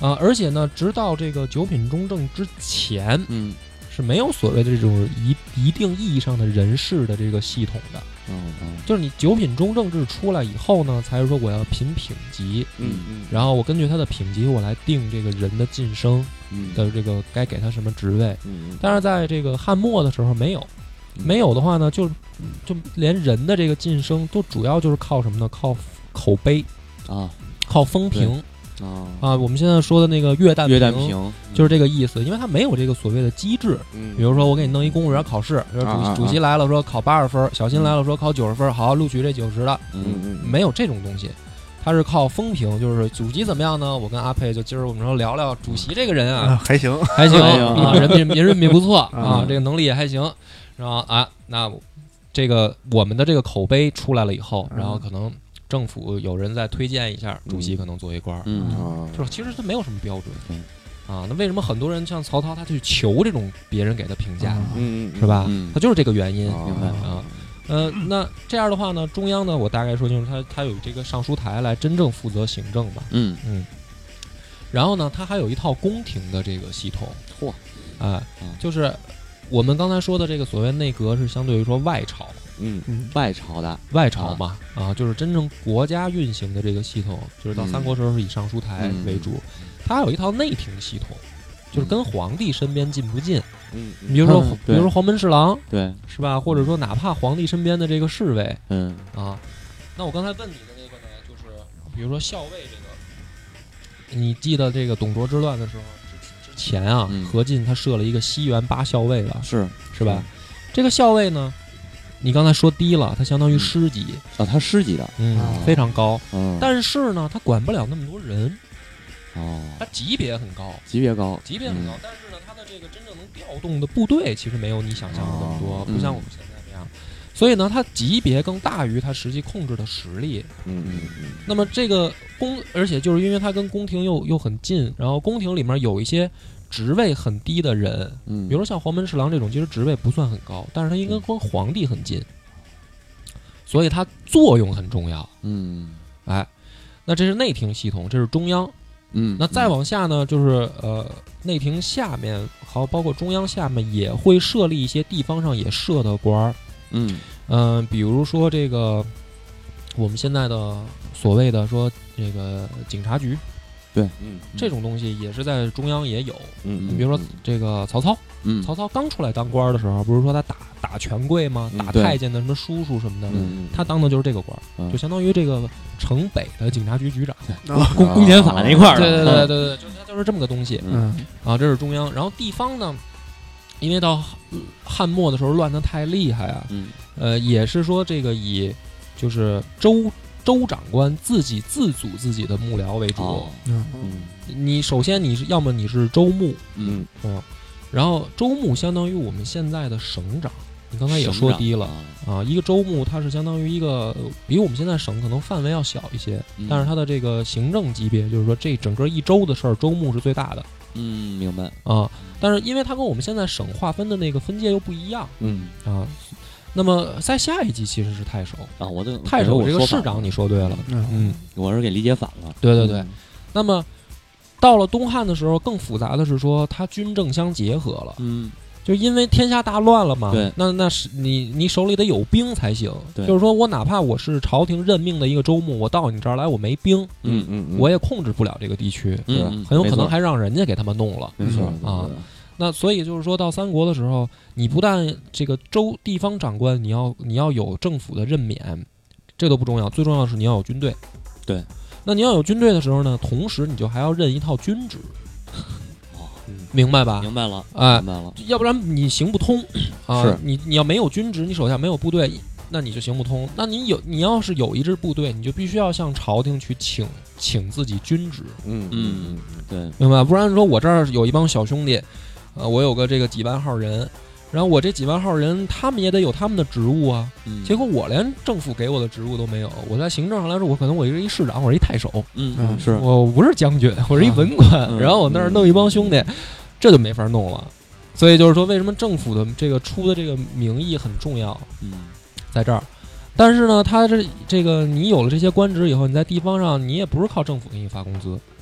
啊，而且呢，直到这个九品中正之前， 嗯， 是没有所谓的这种一一定意义上的人事的这个系统的。 嗯嗯， 就是你九品中正制出来以后呢，才是说我要评品级， 嗯嗯， 然后我根据他的品级，我来定这个人的晋升的这个该给他什么职位。 嗯， 但是在这个汉末的时候没有，没有的话呢，就就连人的这个晋升都主要就是靠什么呢？靠口碑啊， 靠风评。 啊啊，我们现在说的那个月旦月旦评就是这个意思，因为它没有这个所谓的机制。 嗯， 比如说我给你弄一公务员考试，比如主啊啊主席来了说考八十分，小新来了说考九十分，好录取这九十的， 嗯嗯， 没有这种东西，它是靠风评，就是主席怎么样呢？我跟阿佩就今儿我们说聊聊主席这个人啊， 啊还行还行啊，人品人品不错啊啊， 这个能力也还行，然后啊，那这个我们的这个口碑出来了以后，然后可能政府有人再推荐一下，主席可能做一官儿， 嗯啊， 就是其实它没有什么标准， 对啊，那为什么很多人像曹操他去求这种别人给他评价， 嗯嗯， 是吧？ 嗯他就是这个原因， 明白啊。呃，那这样的话呢，中央呢，我大概说就是他他有这个尚书台来真正负责行政吧， 嗯嗯，然后呢，他还有一套宫廷的这个系统， 嚯， 啊、 嗯就是我们刚才说的这个所谓内阁是相对于说外朝， 嗯嗯外朝的， 外朝嘛，啊，就是真正国家运行的这个系统，就是到三国时候是以尚书台为主，它还有一套内廷系统，就是跟皇帝身边近不近， 嗯， 你比如说， 嗯比如说黄门侍郎， 对， 是吧？或者说哪怕皇帝身边的这个侍卫嗯啊，那我刚才问你的那个呢，就是比如说校尉这个，你记得这个董卓之乱的时候之之前啊， 嗯何进他设了一个西园八校尉了， 是是吧？这个校尉呢，你刚才说低了，它相当于师级， 啊，他师级的， 嗯， 啊非常高， 嗯， 但是呢，他管不了那么多人， 哦， 他级别很高， 级别高， 级别很高，但是呢，他的这个真正能调动的部队其实没有你想象的那么多， 哦不像我们现在这样。所以呢，它级别更大于它实际控制的实力。 嗯嗯嗯， 那么这个宫，而且就是因为它跟宫廷又又很近，然后宫廷里面有一些职位很低的人， 嗯， 比如说像黄门侍郎这种，其实职位不算很高，但是他应该跟皇帝很近，所以它作用很重要。 嗯哎，那这是内廷系统，这是中央。 嗯， 那再往下呢，就是呃，内廷下面，好，包括中央下面也会设立一些地方上也设的官儿， 嗯嗯、呃，比如说这个我们现在的所谓的说这个警察局， 对， 嗯这种东西也是在中央也有。 嗯你比如说这个曹操， 嗯， 曹操刚出来当官儿的时候，不是说他打打权贵吗？ 嗯打对太监的什么叔叔什么的， 嗯他当的就是这个官儿， 嗯就相当于这个城北的警察局局长。 公公检法那块儿的， 对对对对对，就是它就是这么个东西。 嗯啊，这是中央，然后地方呢，因为到汉末的时候乱得太厉害啊， 嗯呃，也是说这个以就是州州长官自己自组自己的幕僚为主。 哦嗯嗯你首先你是要么你是州牧， 嗯， 嗯，然后州牧相当于我们现在的省长，你刚才也省长说低了啊啊，一个州牧它是相当于一个比我们现在省可能范围要小一些， 嗯但是它的这个行政级别就是说这整个一州的事儿，州牧是最大的。 嗯，明白， 啊，但是因为它跟我们现在省划分的那个分界又不一样嗯啊，那么在下一级其实是太守， 啊，我的太守这个市市长你说对了， 嗯嗯， 我是给理解反了， 对对对。那么到了东汉的时候，更复杂的是说它军政相结合了， 嗯就因为天下大乱了嘛， 对那那是你你手里得有兵才行， 对就是说我哪怕我是朝廷任命的一个州牧，我到你这儿来我没兵， 嗯嗯， 我也控制不了这个地区， 嗯， 很有可能没错还让人家给他们弄了。 没错啊，那所以就是说到三国的时候，你不但这个州地方长官，你要你要有政府的任免，这都不重要，最重要的是你要有军队。 对， 那你要有军队的时候呢，同时你就还要任一套军职，明白吧？ 明白了， 哎明白了， 要不然你行不通啊！ 是你你要没有军职，你手下没有部队，那你就行不通。那你有你要是有一支部队，你就必须要向朝廷去请请自己军职， 嗯嗯，对， 明白？不然说我这儿有一帮小兄弟，呃，我有个这个几万号人，然后我这几万号人，他们也得有他们的职务啊。 嗯结果我连政府给我的职务都没有，我在行政上来说，我可能我是一市长，我是一太守， 嗯嗯是， 我不是将军，我是一文官， 嗯然后我那儿弄一帮兄弟，这就没法弄了。所以就是说，为什么政府的这个出的这个名义很重要， 嗯在这儿。但是呢，他这这个你有了这些官职以后，你在地方上你也不是靠政府给你发工资，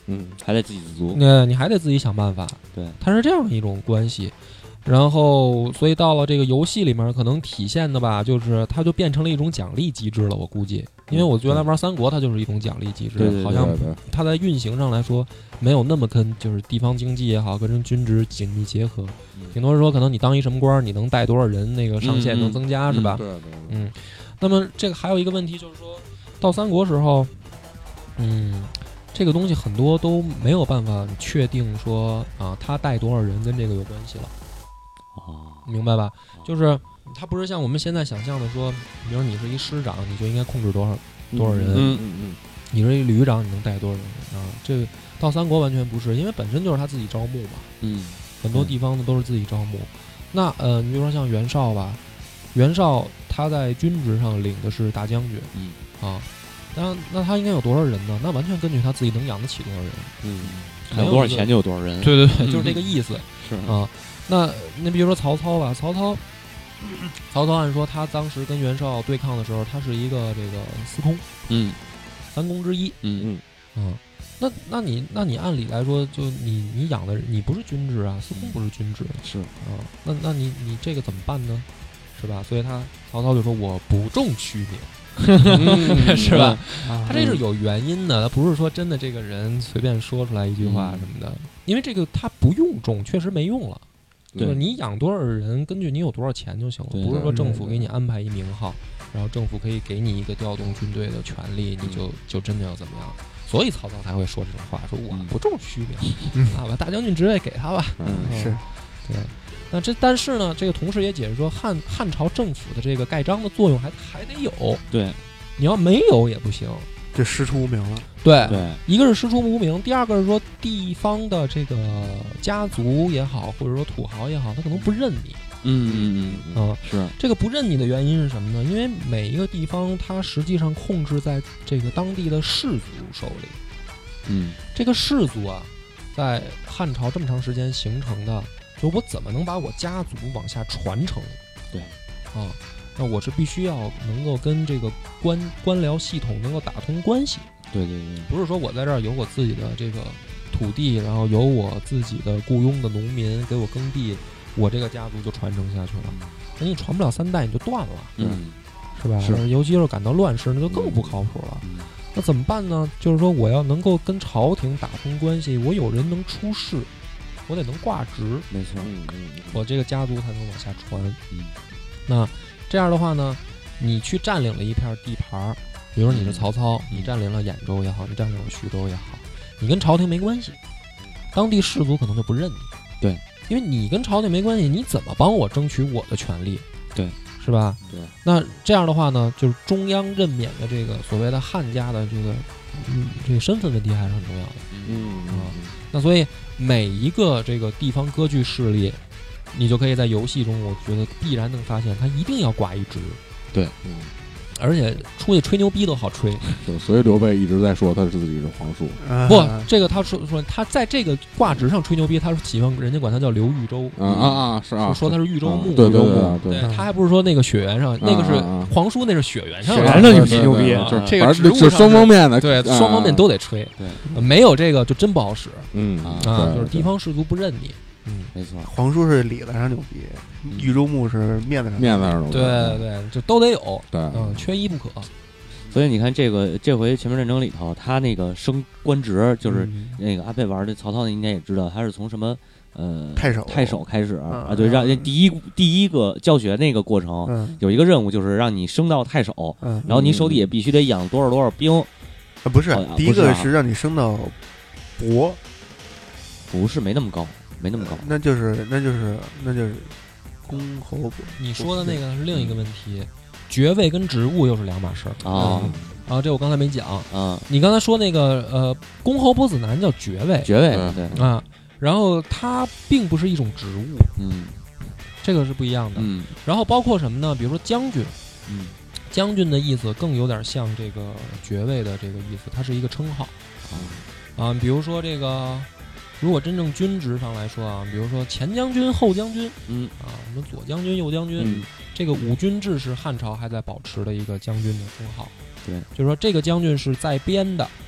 嗯，还得自给自足， 那你还得自己想办法。 对， 它是这样一种关系。然后，所以到了这个游戏里面，可能体现的吧，就是它就变成了一种奖励机制了。我估计，因为我原来玩三国，它就是一种奖励机制， 对对对对好像它在运行上来说没有那么跟就是地方经济也好，跟人均值紧密结合。顶多是说，可能你当一什么官，你能带多少人，那个上限能增加， 嗯、 是吧？ 对对。 嗯，那么这个还有一个问题就是说，到三国时候，嗯。这个东西很多都没有办法确定说啊，他带多少人跟这个有关系了， 哦， 明白吧？就是他不是像我们现在想象的说，比如你是一师长，你就应该控制多少多少人， 嗯嗯嗯， 你是一旅长，你能带多少人啊？这个到三国完全不是，因为本身就是他自己招募嘛， 嗯， 很多地方呢都是自己招募。那呃，你比如说像袁绍吧，袁绍他在军职上领的是大将军， 嗯啊。那那他应该有多少人呢？那完全根据他自己能养得起多少人， 嗯，还有多少钱就有多少人。 对对对，就是这个意思。 是啊，那那比如说曹操吧，曹操，曹操按说他当时跟袁绍对抗的时候，他是一个这个司空， 嗯， 三公之一， 嗯嗯啊，那那你那你按理来说，就你你养的你不是军职啊，司空不是军职， 是啊，那那你你这个怎么办呢？是吧？所以他曹操就说我不重虚名。 嗯、 是吧？他这是有原因的，他不是说真的这个人随便说出来一句话什么的，嗯、因为这个他不用重，确实没用了。 对， 你养多少人，根据你有多少钱就行了，不是说政府给你安排一名号，然后政府可以给你一个调动军队的权利，你就就真的要怎么样？所以曹操才会说这种话，说我不重虚名，嗯、啊，把大将军职位给他吧。 嗯，是， 对。那这但是呢，这个同时也解释说汉汉朝政府的这个盖章的作用还还得有， 对， 你要没有也不行， 这师出无名了。 对对， 一个是师出无名，第二个是说地方的这个家族也好，或者说土豪也好，他可能不认你。 嗯嗯嗯， 啊， 是这个不认你的原因是什么呢？因为每一个地方它实际上控制在这个当地的士族手里。 嗯， 这个士族啊，在汉朝这么长时间形成的。就我怎么能把我家族往下传承？ 对， 啊，那我是必须要能够跟这个官官僚系统能够打通关系。 对对对， 不是说我在这儿有我自己的这个土地，然后有我自己的雇佣的农民给我耕地，我这个家族就传承下去了。那你传不了三代你就断了， 嗯， 是吧？ 是， 尤其是赶到乱世，那就更不靠谱了。 嗯、 那怎么办呢？就是说我要能够跟朝廷打通关系，我有人能出仕。我得能挂职， 没错， 嗯嗯， 我这个家族才能往下传。 嗯， 那这样的话呢，你去占领了一片地盘，比如你是曹操， 嗯、 你占领了兖州也好，你占领了徐州也好，你跟朝廷没关系，当地士族可能就不认你。 对， 因为你跟朝廷没关系，你怎么帮我争取我的权利？ 对， 是吧？ 对。 那这样的话呢，就是中央任免的这个所谓的汉家的这个，嗯，这个身份问题还是很重要的。 嗯啊，那所以。每一个这个地方割据势力，你就可以在游戏中，我觉得必然能发现，他一定要挂一职。 对，嗯， 而且出去吹牛逼都好吹。 对，所以刘备一直在说他自己是皇叔。 不，这个他说说他在这个挂职上吹牛逼，他喜欢人家管他叫刘豫州。 啊啊啊，是啊， 说他是豫州牧。 对对对对，他还不是说那个血缘上，那个是皇叔，那是血缘上。 血缘上吹牛逼， 这个职务是双方面的， 对，双方面都得吹。 对， 没有这个就真不好使。 嗯啊，就是地方士族不认你。 嗯，没错， 皇叔是里子上牛逼，豫州牧是面子上面子上牛逼， 对对，就都得有， 对， 嗯，缺一不可。 所以你看，这个这回全面战争里头，他那个升官职，就是那个阿贝玩的曹操，应该也知道，他是从什么呃太守太守开始啊，对，让第一第一个教学那个过程有一个任务，就是让你升到太守，然后你手底下必须得养多少多少兵， 啊，不是，第一个是让你升到伯， 不是没那么高。没那么高， 那就是那就是那就是公侯。 你说的那个是另一个问题，爵位跟职务又是两码事儿啊啊！这我刚才没讲啊。 你刚才说那个呃，公侯伯子男叫爵位， 爵位对啊，然后它并不是一种职务， 嗯， 这个是不一样的。 嗯， 然后包括什么呢？比如说将军， 嗯， 将军的意思更有点像这个爵位的这个意思，它是一个称号啊。比如说这个。如果真正军职上来说啊，比如说前将军、后将军， 嗯啊，什么左将军、右将军， 嗯、 这个五军制是汉朝还在保持的一个将军的称号。 对， 就是说这个将军是在编的，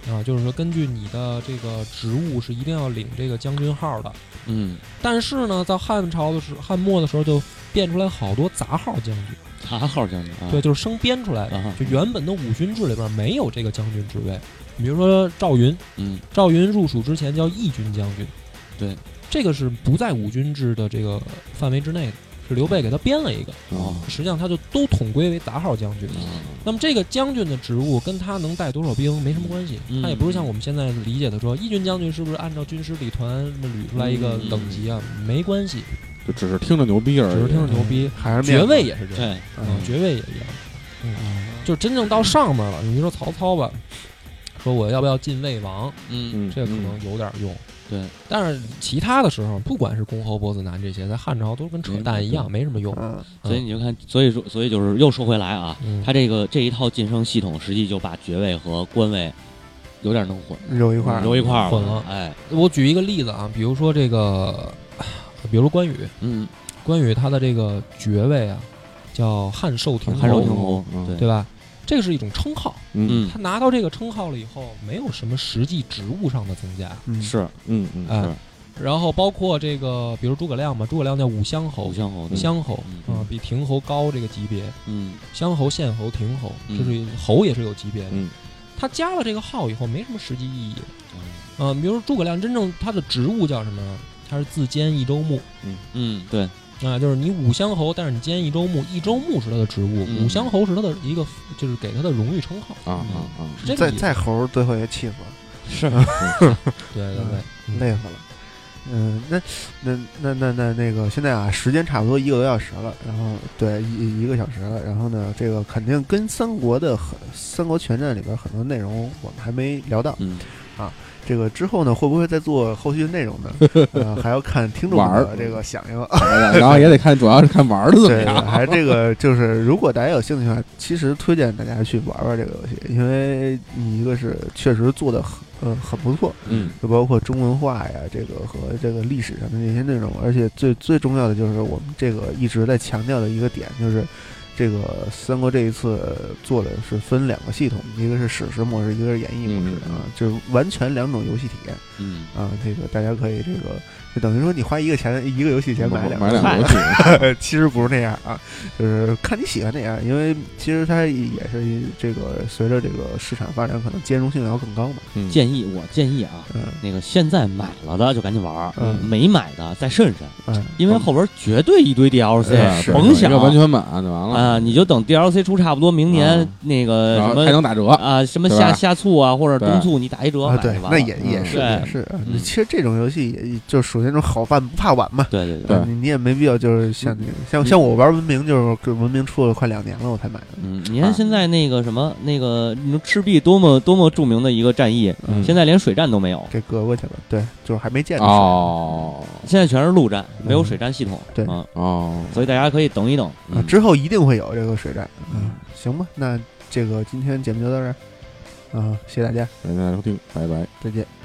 啊，就是说根据你的这个职务是一定要领这个将军号的。 嗯， 但是呢，在汉朝的时汉末的时候就变出来好多杂号将军。 杂号将军，啊、 对，就是生编出来的， 啊、 就原本的五军制里边没有这个将军职位。比如说赵云， 嗯， 赵云入蜀之前叫义军将军， 对， 这个是不在五军制的这个范围之内的，是刘备给他编了一个， 哦， 实际上他就都统归为杂号将军。 哦、 那么这个将军的职务跟他能带多少兵没什么关系， 嗯、 他也不是像我们现在理解的说义军将军是不是按照军师礼团捋出来一个等级啊， 嗯、 没关系。 就只是听着牛逼而已， 只是听着牛逼， 还是爵位也是这样， 对， 嗯，爵位也一样，嗯，就真正到上面了。你说曹操吧，说我要不要进魏王， 嗯， 这可能有点用， 对。 但是其他的时候，不管是公侯伯子男这些，在汉朝都跟扯淡一样，没什么用。 嗯， 所以你就看，所以说，所以就是又说回来啊， 嗯、 他这个这一套晋升系统，实际就把爵位和官位有点弄混， 揉一块儿， 揉一块儿混了。 哎， 我举一个例子啊，比如说这个。比如关羽， 嗯， 关羽他的这个爵位啊，叫汉寿亭侯， 汉寿亭侯， 对对吧？这个是一种称号， 嗯， 他拿到这个称号了以后，没有什么实际职务上的增加， 嗯、 是， 嗯嗯， 哎，然后包括这个，比如诸葛亮嘛，诸葛亮叫武乡侯， 武乡侯， 乡侯啊，比亭侯高这个级别， 嗯， 乡侯、县侯、亭侯，这是侯也是有级别的， 嗯， 他加了这个号以后，没什么实际意义，嗯，比如说诸葛亮真正他的职务叫什么？他是自监益州牧， 嗯嗯，对， 啊，就是你武乡侯，但是你监益州牧，益州牧是他的职务， 嗯、 武乡侯是他的一个，就是给他的荣誉称号啊啊啊！ 是这个再再猴最后也气死了， 是，对对对， 嗯、累死了。嗯，那那那那那那个现在啊，时间差不多一个多小时了，然后对一一个小时了，然后呢，这个肯定跟三国的很三国全战里边很多内容我们还没聊到， 嗯啊。这个之后呢，会不会再做后续的内容呢？呃，还要看听众的这个响应， 然后也得看，主要是看玩的怎么样。 对，还这个就是，如果大家有兴趣的话，其实推荐大家去玩玩这个游戏，因为你一个是确实做的很呃很不错， 嗯， 就包括中文化呀，这个和这个历史上的这些内容，而且最最重要的就是我们这个一直在强调的一个点就是。这个三国这一次做的是分两个系统，一个是史诗模式，一个是演绎模式啊，就是完全两种游戏体验。 嗯啊，这个大家可以这个就等于说你花一个钱一个游戏钱买两个买两个游戏， 其实不是那样啊，就是看你喜欢哪样，因为其实它也是这个随着这个市场发展，可能兼容性要更高嘛。 嗯、建议我建议啊，嗯、那个现在买了的就赶紧玩， 嗯、 没买的再慎慎， 嗯、 因为后边绝对一堆 D L C，甭想完全版就完了啊，你就等 D L C 出差不多，明年那个什么还能打折啊，什么下下促啊或者冬促你打一折， 啊，对，那也也是也是，其实这种游戏也就属于那种好饭不怕晚嘛。 对对对，你你也没必要就是像你像像我玩文明，就是文明出了快两年了我才买的。 嗯，你看现在那个什么那个赤壁多么多么著名的一个战役，现在连水战都没有， 给搁过去了。对，就是还没见着哦， 现在全是陆战，没有水战系统。 对哦， 所以大家可以等一等， 之后一定会有这个水战。嗯，行吧，那这个今天节目就到这儿啊，谢谢大家， 感谢大家收听，拜拜， 再见。